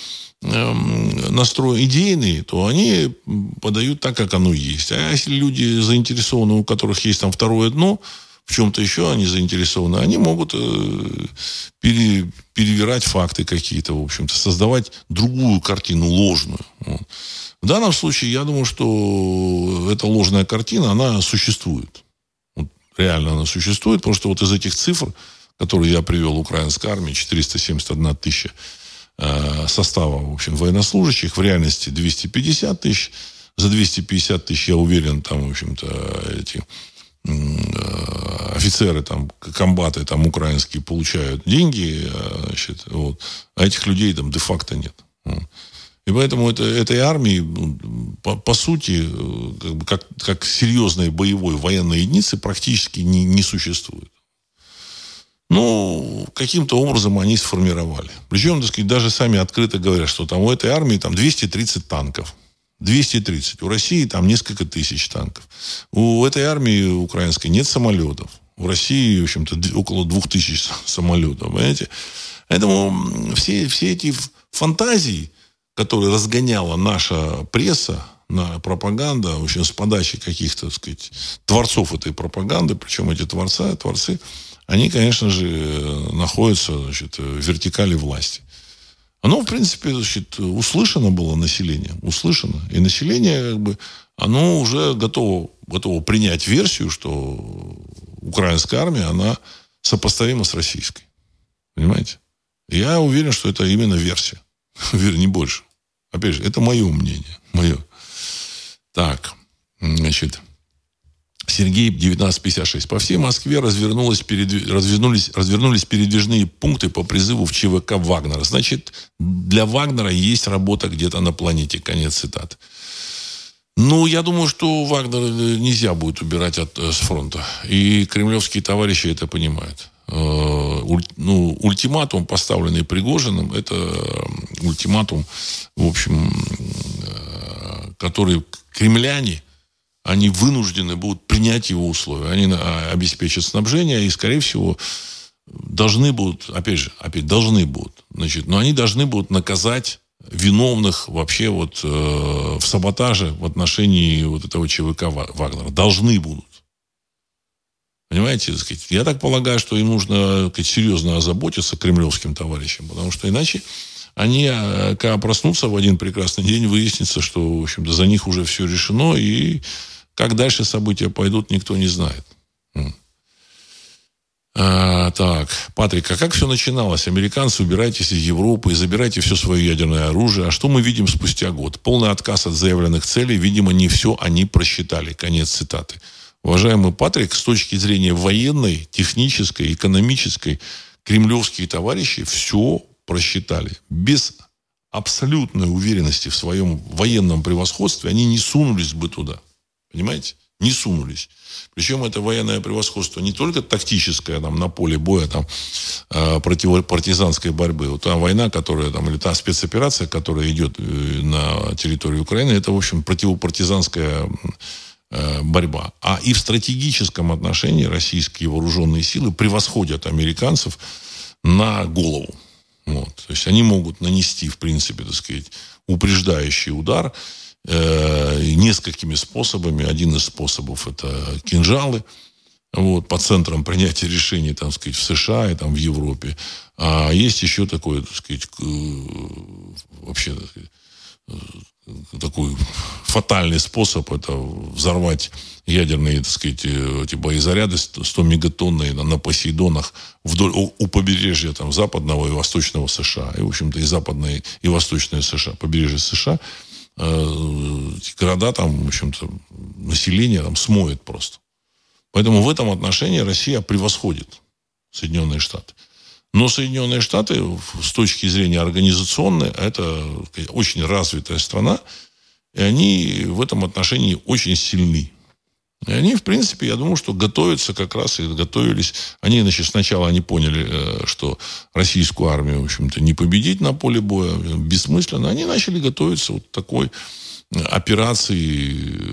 настрой идейные, то они подают так, как оно есть. А если люди заинтересованы, у которых есть там второе дно, в чем-то еще они заинтересованы, они могут перевирать факты какие-то, в общем-то, создавать другую картину, ложную. Вот. В данном случае, я думаю, что эта ложная картина, она существует. Вот, реально она существует, потому что вот из этих цифр, которые я привел украинской армии, 471 тысяча состава, в общем, военнослужащих, в реальности 250 тысяч. За 250 тысяч, я уверен, там, в общем-то, эти офицеры, там, комбаты там, украинские получают деньги, значит, вот, а этих людей там де-факто нет. Вот. И поэтому этой армии, по сути, как серьезной боевой военной единицы практически не существует. Ну, каким-то образом они сформировали. Причем, так сказать, даже сами открыто говорят, что там у этой армии там 230 танков. 230. У России там несколько тысяч танков. У этой армии украинской нет самолетов. У России, в общем-то, около 2000 самолетов. Понимаете? Поэтому все эти фантазии, которые разгоняла наша пресса, пропаганда, в общем, с подачи каких-то, так сказать, творцов этой пропаганды, причем эти творцы, они, конечно же, находятся, значит, в вертикали власти. Оно, в принципе, значит, услышано было населением. Услышано. И население, как бы, оно уже готово принять версию, что украинская армия, она сопоставима с российской. Понимаете? Я уверен, что это именно версия. Уверен, не больше. Опять же, это мое мнение. Мое. Так. Значит. Сергей, 1956. По всей Москве развернулись передвижные пункты по призыву в ЧВК Вагнера. Значит, для Вагнера есть работа где-то на планете. Конец цитаты. Ну, я думаю, что Вагнера нельзя будет убирать с фронта. И кремлевские товарищи это понимают. Ультиматум, поставленный Пригожиным, это ультиматум, в общем, который кремляне, они вынуждены будут принять его условия. Они обеспечат снабжение и, скорее всего, должны будут, должны будут. Значит, но они должны будут наказать виновных вообще вот в саботаже в отношении вот этого ЧВК Вагнера. Должны будут. Понимаете, так сказать, я так полагаю, что им нужно, так сказать, серьезно озаботиться кремлевским товарищам, потому что иначе они, когда проснутся в один прекрасный день, выяснится, что, в общем-то, за них уже все решено, и как дальше события пойдут, никто не знает. Так, Патрик, а как все начиналось? Американцы, убирайтесь из Европы и забирайте все свое ядерное оружие. А что мы видим спустя год? Полный отказ от заявленных целей. Видимо, не все они просчитали. Конец цитаты. Уважаемый Патрик, с точки зрения военной, технической, экономической, кремлевские товарищи все просчитали. Без абсолютной уверенности в своем военном превосходстве они не сунулись бы туда. Понимаете? Не сунулись. Причем это военное превосходство не только тактическое там, на поле боя, там, противопартизанской борьбы. Вот та война, которая, там, или та спецоперация, которая идет на территории Украины, это, в общем, противопартизанская борьба. А и в стратегическом отношении российские вооруженные силы превосходят американцев на голову. Вот. То есть они могут нанести, в принципе, так сказать, упреждающий удар несколькими способами. Один из способов — это кинжалы, вот, по центрам принятия решений, там, сказать, в США и там, в Европе. А есть еще такой, так сказать, вообще, так сказать, такой фатальный способ — это взорвать ядерные, так сказать, эти боезаряды 100-мегатонные на Посейдонах вдоль у побережья там, западного и восточного США. И, в общем-то, и западное, и восточное США, побережье США. Эти города там, в общем-то, население там смоет просто. Поэтому в этом отношении Россия превосходит Соединенные Штаты. Но Соединенные Штаты с точки зрения организационной, это очень развитая страна, и они в этом отношении очень сильны. И они, в принципе, я думаю, что готовятся как раз и готовились. Они, значит, сначала они поняли, что российскую армию, в общем-то, не победить на поле боя бессмысленно. Они начали готовиться вот такой операции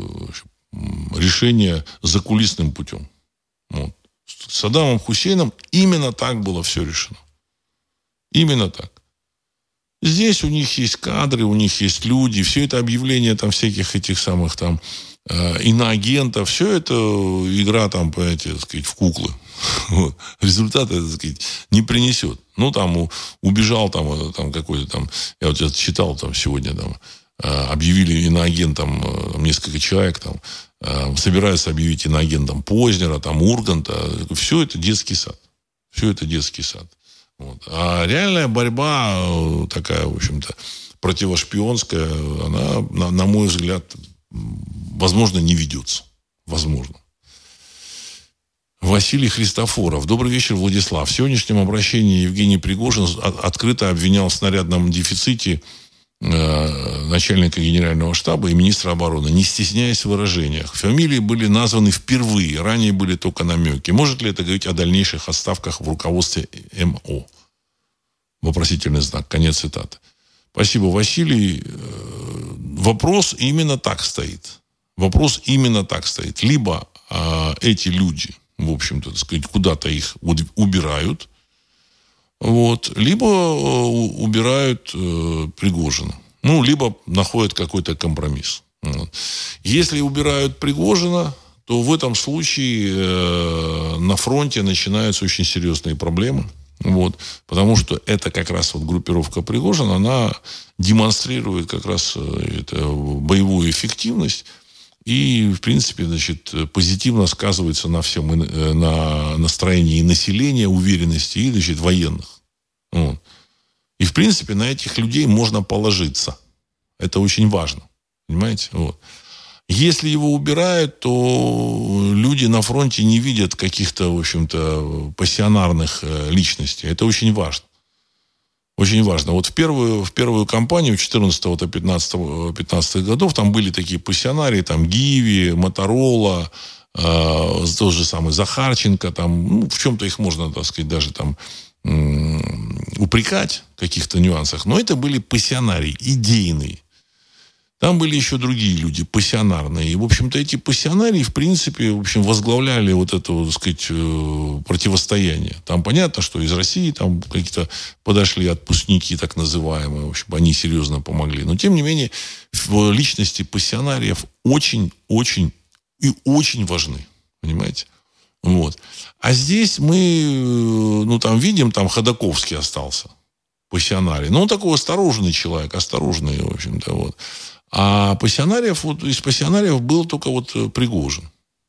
решения закулисным путем. Вот. С Саддамом Хусейном именно так было все решено. Именно так. Здесь у них есть кадры, у них есть люди, все это объявление там всяких этих самых там иноагентов, все это игра там, понимаете, так сказать, в куклы. Вот. Результата, так сказать, не принесет. Ну, там убежал там какой-то там, я вот это читал там сегодня там, объявили иноагентом несколько человек там, собираются объявить иноагентом Познера, там, Урганта. Все это детский сад. Все это детский сад. Вот. А реальная борьба такая, в общем-то, противошпионская, она, на мой взгляд, возможно, не ведется. Возможно. Василий Христофоров. Добрый вечер, Владислав. В сегодняшнем обращении Евгений Пригожин открыто обвинял в снарядном дефиците начальника генерального штаба и министра обороны, не стесняясь в выражениях. Фамилии были названы впервые, ранее были только намеки. Может ли это говорить о дальнейших отставках в руководстве МО? Вопросительный знак. Конец цитаты. Спасибо, Василий. Вопрос именно так стоит. Вопрос именно так стоит. Либо эти люди, в общем-то, так сказать, куда-то их убирают, вот, либо убирают Пригожина. Ну, либо находят какой-то компромисс. Вот. Если убирают Пригожина, то в этом случае на фронте начинаются очень серьезные проблемы. Вот, потому что это как раз вот группировка Пригожина, она демонстрирует как раз боевую эффективность и, в принципе, значит, позитивно сказывается на всем, на настроении и населения, уверенности и, значит, военных. Вот. И, в принципе, на этих людей можно положиться. Это очень важно. Понимаете? Вот. Если его убирают, то люди на фронте не видят каких-то, в общем-то, пассионарных личностей. Это очень важно. Очень важно. Вот в первую кампанию 14-15 годов там были такие пассионарии, там Гиви, Моторола, тот же самый Захарченко, там, ну, в чем-то их можно, так сказать, даже там упрекать в каких-то нюансах. Но это были пассионарии, идейные. Там были еще другие люди, пассионарные. И, в общем-то, эти пассионарии, в принципе, в общем, возглавляли вот это, так сказать, противостояние. Там понятно, что из России там какие-то подошли отпускники, так называемые. В общем, они серьезно помогли. Но, тем не менее, в личности пассионариев очень, очень и очень важны. Понимаете? Вот. А здесь мы, ну, там видим, там Ходаковский остался. Пассионарий. Ну, он такой осторожный человек, осторожный, в общем-то, вот. А пассионариев, вот из пассионариев был только вот Пригожин.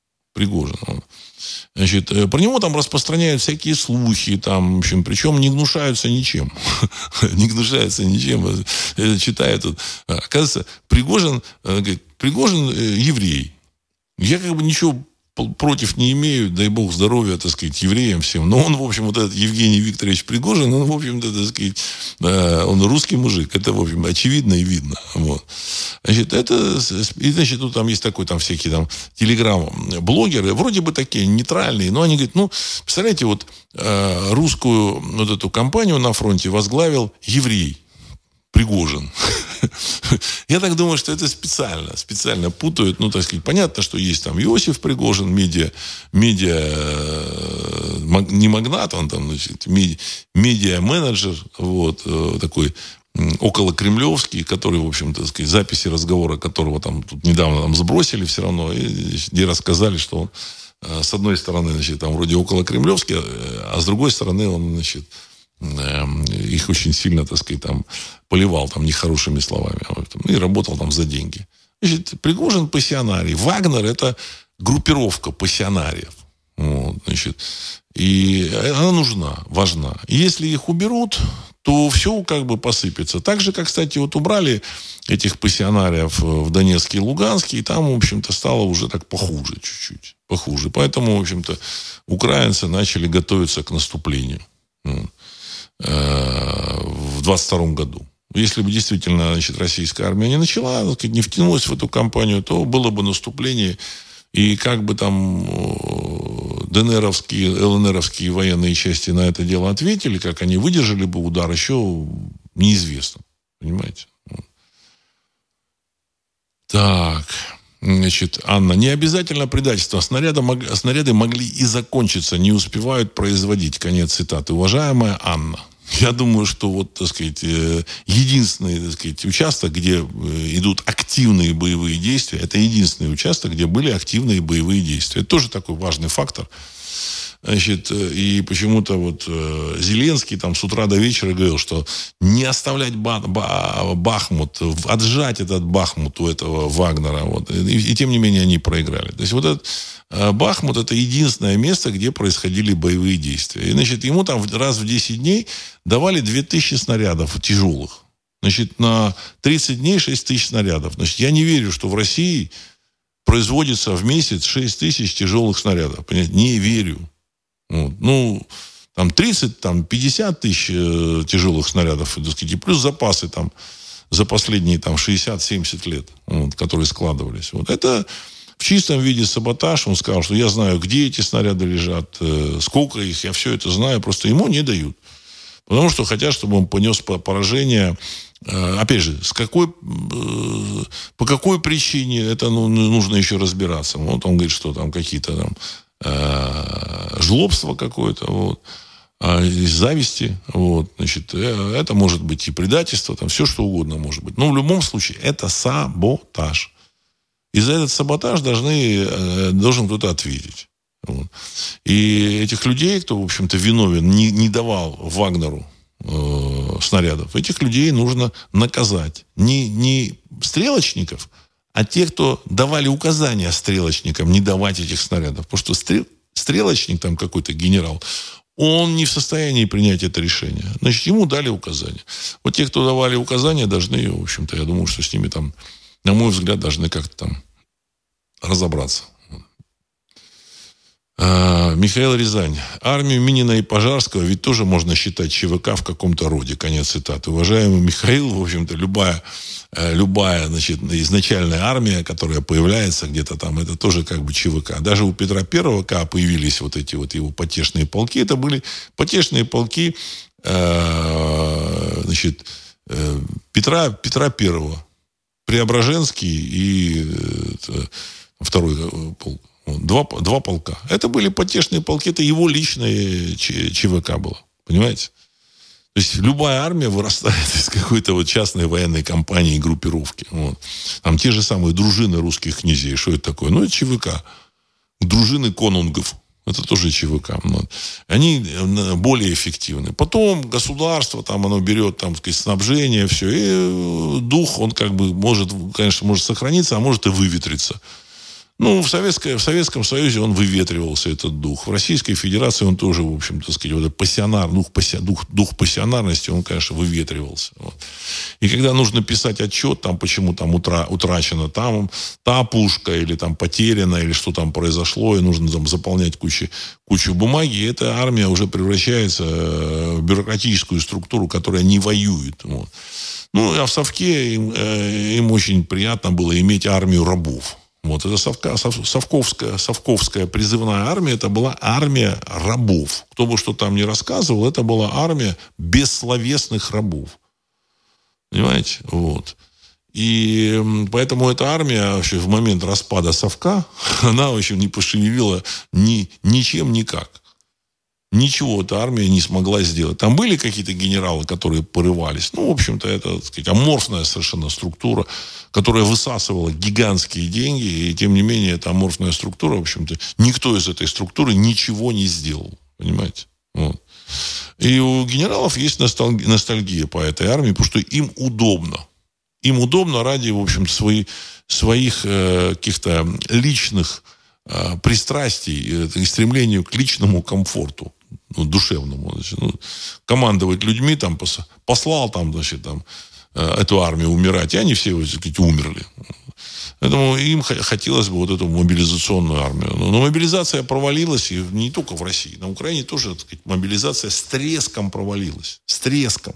Значит, про него там распространяют всякие слухи, там, в общем, причем не гнушаются ничем. Не гнушаются ничем. Читают. Оказывается, Пригожин еврей. Я как бы ничего против не имею, дай бог здоровья, так сказать, евреям всем. Но он, в общем, вот этот Евгений Викторович Пригожин, он, в общем-то, так сказать, он русский мужик. Это, в общем, очевидно и видно. Вот. Значит, значит, тут там есть такой, там всякие там телеграм-блогеры, вроде бы такие нейтральные, но они говорят, представляете, вот русскую вот эту кампанию на фронте возглавил еврей Пригожин. Я так думаю, что это специально путают. Так сказать, понятно, что есть там Иосиф Пригожин, медиа, не магнат, он там, значит, медиа-менеджер, вот, такой околокремлевский, который, в общем, так сказать, записи разговора которого там тут недавно там сбросили все равно, где рассказали, что он с одной стороны, значит, там вроде околокремлевский, а с другой стороны он, значит, их очень сильно, так сказать, там поливал там нехорошими словами. И работал там за деньги. Значит, Пригожин пассионарий. Вагнер — это группировка пассионариев. Вот, значит, и она нужна, важна. И если их уберут, то все как бы посыпется. Так же, как, кстати, вот убрали этих пассионариев в Донецке и Луганске, и там, в общем-то, стало уже так похуже чуть-чуть. Похуже. Поэтому, в общем-то, украинцы начали готовиться к наступлению в 22 году. Если бы действительно, значит, российская армия не начала, не втянулась в эту кампанию, то было бы наступление, и как бы там ДНРовские, ЛНРовские военные части на это дело ответили, как они выдержали бы удар, еще неизвестно. Понимаете? Так. Значит, Анна, не обязательно предательство. Снаряды могли и закончиться, не успевают производить. Конец цитаты. Уважаемая Анна, я думаю, что вот, так сказать, единственный, так сказать, участок, где идут активные боевые действия, это единственный участок, где были активные боевые действия. Это тоже такой важный фактор. Значит, и почему-то вот Зеленский там с утра до вечера говорил, что не оставлять Бахмут, отжать этот Бахмут у этого Вагнера. Вот, и тем не менее они проиграли. То есть вот этот Бахмут — это единственное место, где происходили боевые действия. И, значит, ему там раз в 10 дней давали 2000 снарядов тяжелых. Значит, на 30 дней 6000 снарядов. Значит, я не верю, что в России производится в месяц 6000 тяжелых снарядов. Понимаете? Не верю. Вот. Там 30, там 50 тысяч тяжелых снарядов, так сказать, и плюс запасы там за последние там 60-70 лет, вот, которые складывались. Вот. Это в чистом виде саботаж. Он сказал, что я знаю, где эти снаряды лежат, сколько их, я все это знаю, просто ему не дают. Потому что хотят, чтобы он понес поражение. Опять же, по какой причине, это нужно еще разбираться. Вот он говорит, что там какие-то там жлобство какое-то, вот, из зависти, вот, значит, это может быть и предательство, там все что угодно может быть. Но в любом случае это саботаж. И за этот саботаж должен кто-то ответить. Вот. И этих людей, кто, в общем-то, виновен, не давал Вагнеру снарядов, этих людей нужно наказать. Не стрелочников, а те, кто давали указания стрелочникам не давать этих снарядов. Потому что стрелочник, там какой-то генерал, он не в состоянии принять это решение. Значит, ему дали указания. Вот те, кто давали указания, должны, в общем-то, я думаю, что с ними там, на мой взгляд, должны как-то там разобраться. Михаил Рязань. Армию Минина и Пожарского ведь тоже можно считать ЧВК в каком-то роде. Конец цитаты. Уважаемый Михаил, в общем-то, любая, значит, изначальная армия, которая появляется где-то там, это тоже как бы ЧВК. Даже у Петра Первого, когда появились вот эти вот его потешные полки, это были потешные полки, значит, Петра Первого. Преображенский и второй полк. Два полка. Это были потешные полки, это его личное ЧВК было. Понимаете? То есть любая армия вырастает из какой-то вот частной военной компании и группировки. Вот. Там те же самые дружины русских князей. Что это такое? Это ЧВК. Дружины конунгов. Это тоже ЧВК. Вот. Они более эффективны. Потом государство, там оно берет, там, сказать, снабжение, все. И дух, он как бы конечно, может сохраниться, а может и выветриться. В Советском Союзе он выветривался, этот дух. В Российской Федерации он тоже, в общем-то, сказать, вот дух пассионарности, он, конечно, выветривался. Вот. И когда нужно писать отчет, там, почему там утрачена там та пушка, или там потеряна, или что там произошло, и нужно там заполнять кучу бумаги, эта армия уже превращается в бюрократическую структуру, которая не воюет. Вот. Ну, а в Совке им очень приятно было иметь армию рабов. Вот это совковская призывная армия, это была армия рабов. Кто бы что там ни рассказывал, это была армия бессловесных рабов. Понимаете? Вот. И поэтому эта армия вообще в момент распада Совка, она вообще не пошевелила ничем никак. Ничего эта армия не смогла сделать. Там были какие-то генералы, которые порывались. Ну, в общем-то, это, так сказать, аморфная совершенно структура, которая высасывала гигантские деньги. И, тем не менее, эта аморфная структура, в общем-то, никто из этой структуры ничего не сделал. Понимаете? Вот. И у генералов есть ностальгия по этой армии, потому что им удобно. Им удобно ради, в общем, своих каких-то личных пристрастий и стремлению к личному комфорту, ну, душевному. Значит, ну, командовать людьми, там, послал там, значит, там, эту армию умирать, и они все, так сказать, умерли. Поэтому им хотелось бы вот эту мобилизационную армию. Но мобилизация провалилась, и не только в России. На Украине тоже, так сказать, мобилизация с треском провалилась. С треском.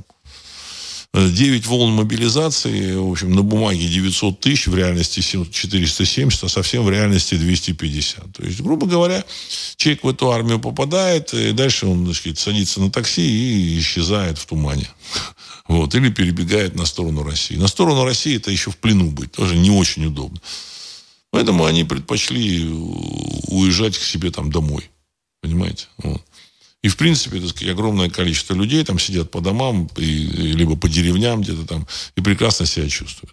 9 волн мобилизации, в общем, на бумаге 900 тысяч, в реальности 470, а совсем в реальности 250. То есть, грубо говоря, человек в эту армию попадает, и дальше он, так сказать, садится на такси и исчезает в тумане. Вот, или перебегает на сторону России. На сторону России это еще в плену быть, тоже не очень удобно. Поэтому они предпочли уезжать к себе там домой. Понимаете? Вот. И, в принципе, так сказать, огромное количество людей там сидят по домам, либо по деревням где-то там, и прекрасно себя чувствуют.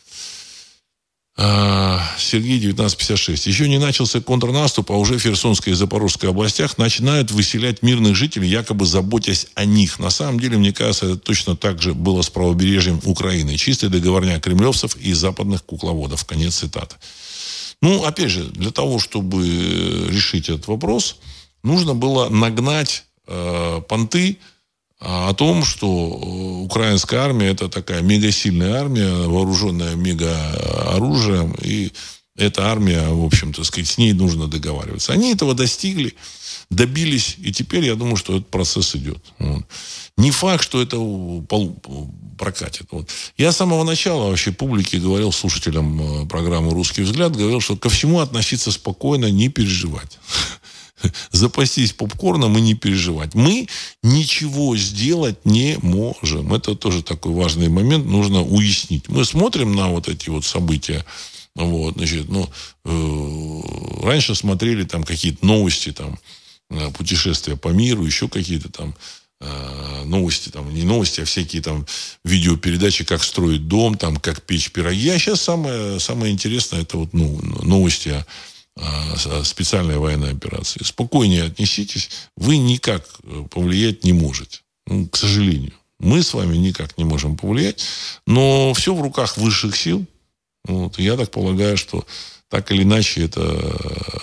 Сергей, 1956. Еще не начался контрнаступ, а уже в Херсонской и Запорожской областях начинают выселять мирных жителей, якобы заботясь о них. На самом деле, мне кажется, это точно так же было с правобережьем Украины. Чистый договорняк кремлевцев и западных кукловодов. Конец цитаты. Ну, опять же, для того, чтобы решить этот вопрос, нужно было нагнать понты о том, что украинская армия это такая мегасильная армия, вооруженная мегаоружием, и эта армия, в общем-то, сказать, с ней нужно договариваться. Они этого достигли, добились, и теперь я думаю, что этот процесс идет. Вот. Не факт, что это прокатит. Вот. Я с самого начала вообще публике говорил, слушателям программы «Русский взгляд», говорил, что ко всему относиться спокойно, не переживать. Запастись попкорном и не переживать. Мы ничего сделать не можем. Это тоже такой важный момент, нужно уяснить. Мы смотрим на вот эти вот события. Вот, значит, раньше смотрели там какие-то новости, там, путешествия по миру, еще какие-то там новости, там, не новости, а всякие там видеопередачи, как строить дом, там, как печь пироги. А сейчас самое интересное, это вот новости о специальной военной операции. Спокойнее отнеситесь. Вы никак повлиять не можете. Ну, к сожалению. Мы с вами никак не можем повлиять. Но все в руках высших сил. Вот. Я так полагаю, что так или иначе это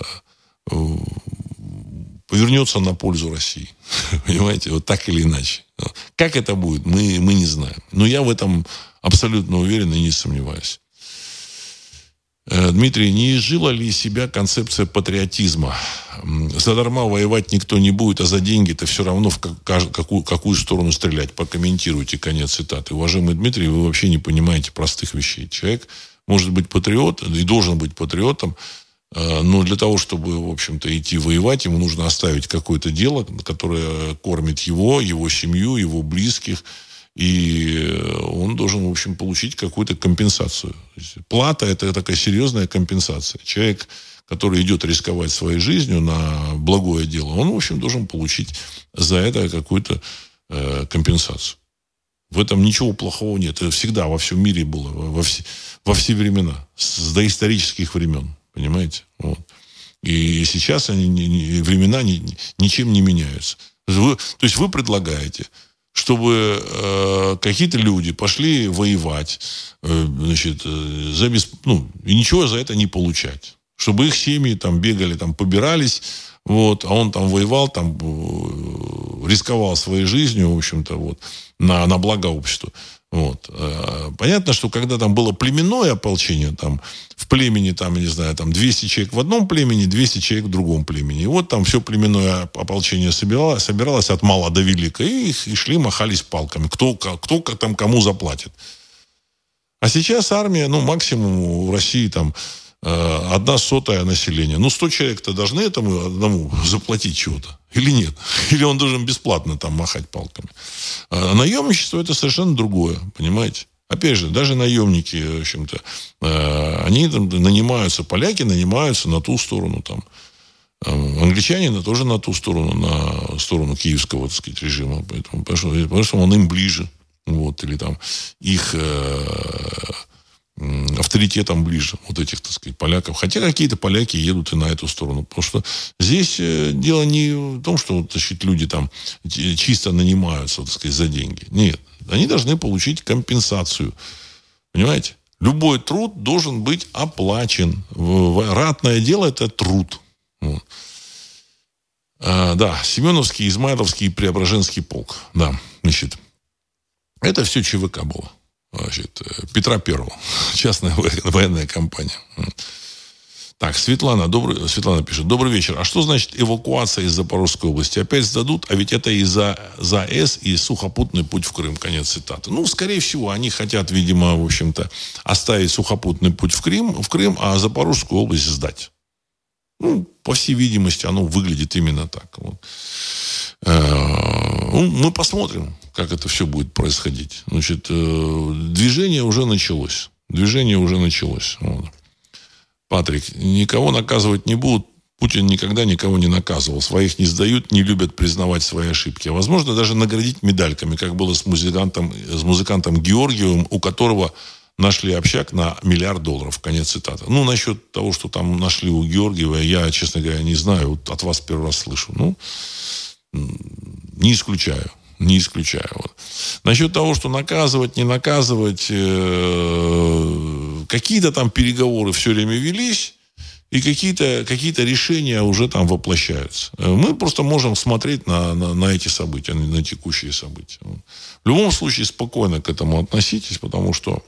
повернется на пользу России. Понимаете? Вот так или иначе. Как это будет, мы не знаем. Но я в этом абсолютно уверен и не сомневаюсь. Дмитрий, не изжила ли себя концепция патриотизма? Задарма воевать никто не будет, а за деньги-то все равно в какую сторону стрелять. Прокомментируйте, конец цитаты. Уважаемый Дмитрий, вы вообще не понимаете простых вещей. Человек может быть патриотом и должен быть патриотом, но для того, чтобы, в общем-то, идти воевать, ему нужно оставить какое-то дело, которое кормит его семью, его близких. И он должен, в общем, получить какую-то компенсацию. Плата – это такая серьезная компенсация. Человек, который идет рисковать своей жизнью на благое дело, он, в общем, должен получить за это какую-то компенсацию. В этом ничего плохого нет. Это всегда во всем мире было, во все времена, с доисторических времен. Понимаете? Вот. И сейчас времена ничем не меняются. То есть вы предлагаете, чтобы какие-то люди пошли воевать, значит, и ничего за это не получать. Чтобы их семьи там бегали, там побирались, вот, а он там воевал, там рисковал своей жизнью, в общем-то, вот, на благо общества. Вот. Понятно, что когда там было племенное ополчение, там в племени, там, я не знаю, там 200 человек в одном племени, 200 человек в другом племени. И вот там все племенное ополчение собиралось от мала до велика, и шли, махались палками. Кто там кому заплатит. А сейчас армия, максимум в России там 1/100 населения. 100 человек-то должны этому одному заплатить чего-то. Или нет? Или он должен бесплатно там махать палками? А наемничество это совершенно другое. Понимаете? Опять же, даже наемники, в общем-то, они там нанимаются, поляки нанимаются на ту сторону там. Англичане тоже на ту сторону, на сторону киевского, так сказать, режима. Потому что он им ближе. Вот, или там их авторитетом ближе, вот этих, так сказать, поляков. Хотя какие-то поляки едут и на эту сторону. Потому что здесь дело не в том, что, значит, люди там чисто нанимаются, так сказать, за деньги. Нет. Они должны получить компенсацию. Понимаете? Любой труд должен быть оплачен. Ратное дело – это труд. Вот. Да, Семеновский, Измайловский и Преображенский полк. Да, значит, это все ЧВК было. Значит, Петра Первого. Частная военная компания. Так, Светлана пишет. Добрый вечер. А что значит эвакуация из Запорожской области? Опять сдадут? А ведь это из-за ЗАЭС и сухопутный путь в Крым. Конец цитаты. Скорее всего, они хотят, видимо, в общем-то, оставить сухопутный путь в Крым, а Запорожскую область сдать. По всей видимости, оно выглядит именно так. Вот. Мы посмотрим, как это все будет происходить. Значит, движение уже началось. Вот. Патрик, никого наказывать не будут. Путин никогда никого не наказывал. Своих не сдают, не любят признавать свои ошибки. А возможно, даже наградить медальками, как было с музыкантом Георгиевым, у которого нашли общак на $1 миллиард. Конец цитаты. Насчет того, что там нашли у Георгиева, я, честно говоря, не знаю. Вот от вас первый раз слышу. Не исключаю. Вот. Насчет того, что наказывать, не наказывать, какие-то там переговоры все время велись, и какие-то решения уже там воплощаются. Мы просто можем смотреть на эти события, на текущие события. В любом случае, спокойно к этому относитесь, потому что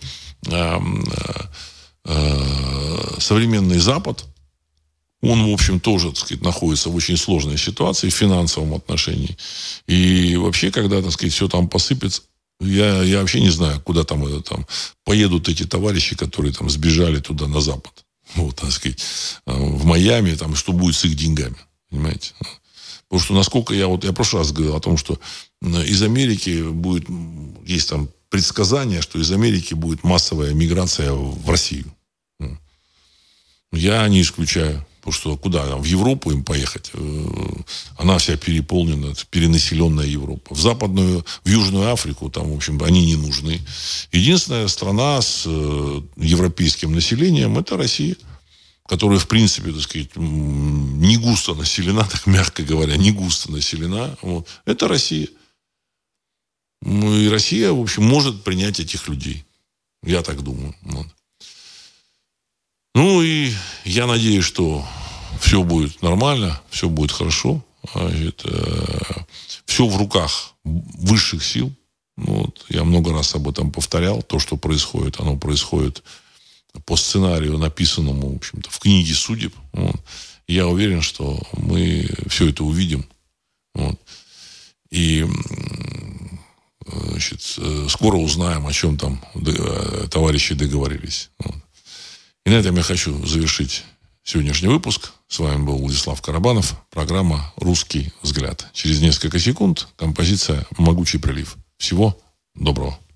современный Запад, он, в общем, тоже, так сказать, находится в очень сложной ситуации в финансовом отношении. И вообще, когда, так сказать, все там посыпется, я вообще не знаю, куда там поедут эти товарищи, которые там сбежали туда на Запад. Вот, так сказать, в Майами, там, что будет с их деньгами. Понимаете? Потому что, насколько я в прошлый раз говорил о том, что из Америки есть там предсказание, что из Америки будет массовая миграция в Россию. Я не исключаю. Потому что куда? В Европу им поехать? Она вся переполнена, перенаселенная Европа. В Южную Африку, там, в общем, они не нужны. Единственная страна с европейским населением – это Россия, которая, в принципе, так сказать, не густо населена, так мягко говоря, не густо населена. Вот. Это Россия. И Россия, в общем, может принять этих людей. Я так думаю. Вот. И я надеюсь, что все будет нормально, все будет хорошо. Все в руках высших сил. Вот. Я много раз об этом повторял. То, что происходит, оно происходит по сценарию, написанному, в общем-то, в книге судеб. Вот. Я уверен, что мы все это увидим. Вот. И скоро узнаем, о чем там товарищи договорились. Вот. И на этом я хочу завершить сегодняшний выпуск. С вами был Владислав Карабанов. Программа «Русский взгляд». Через несколько секунд композиция «Могучий прилив». Всего доброго.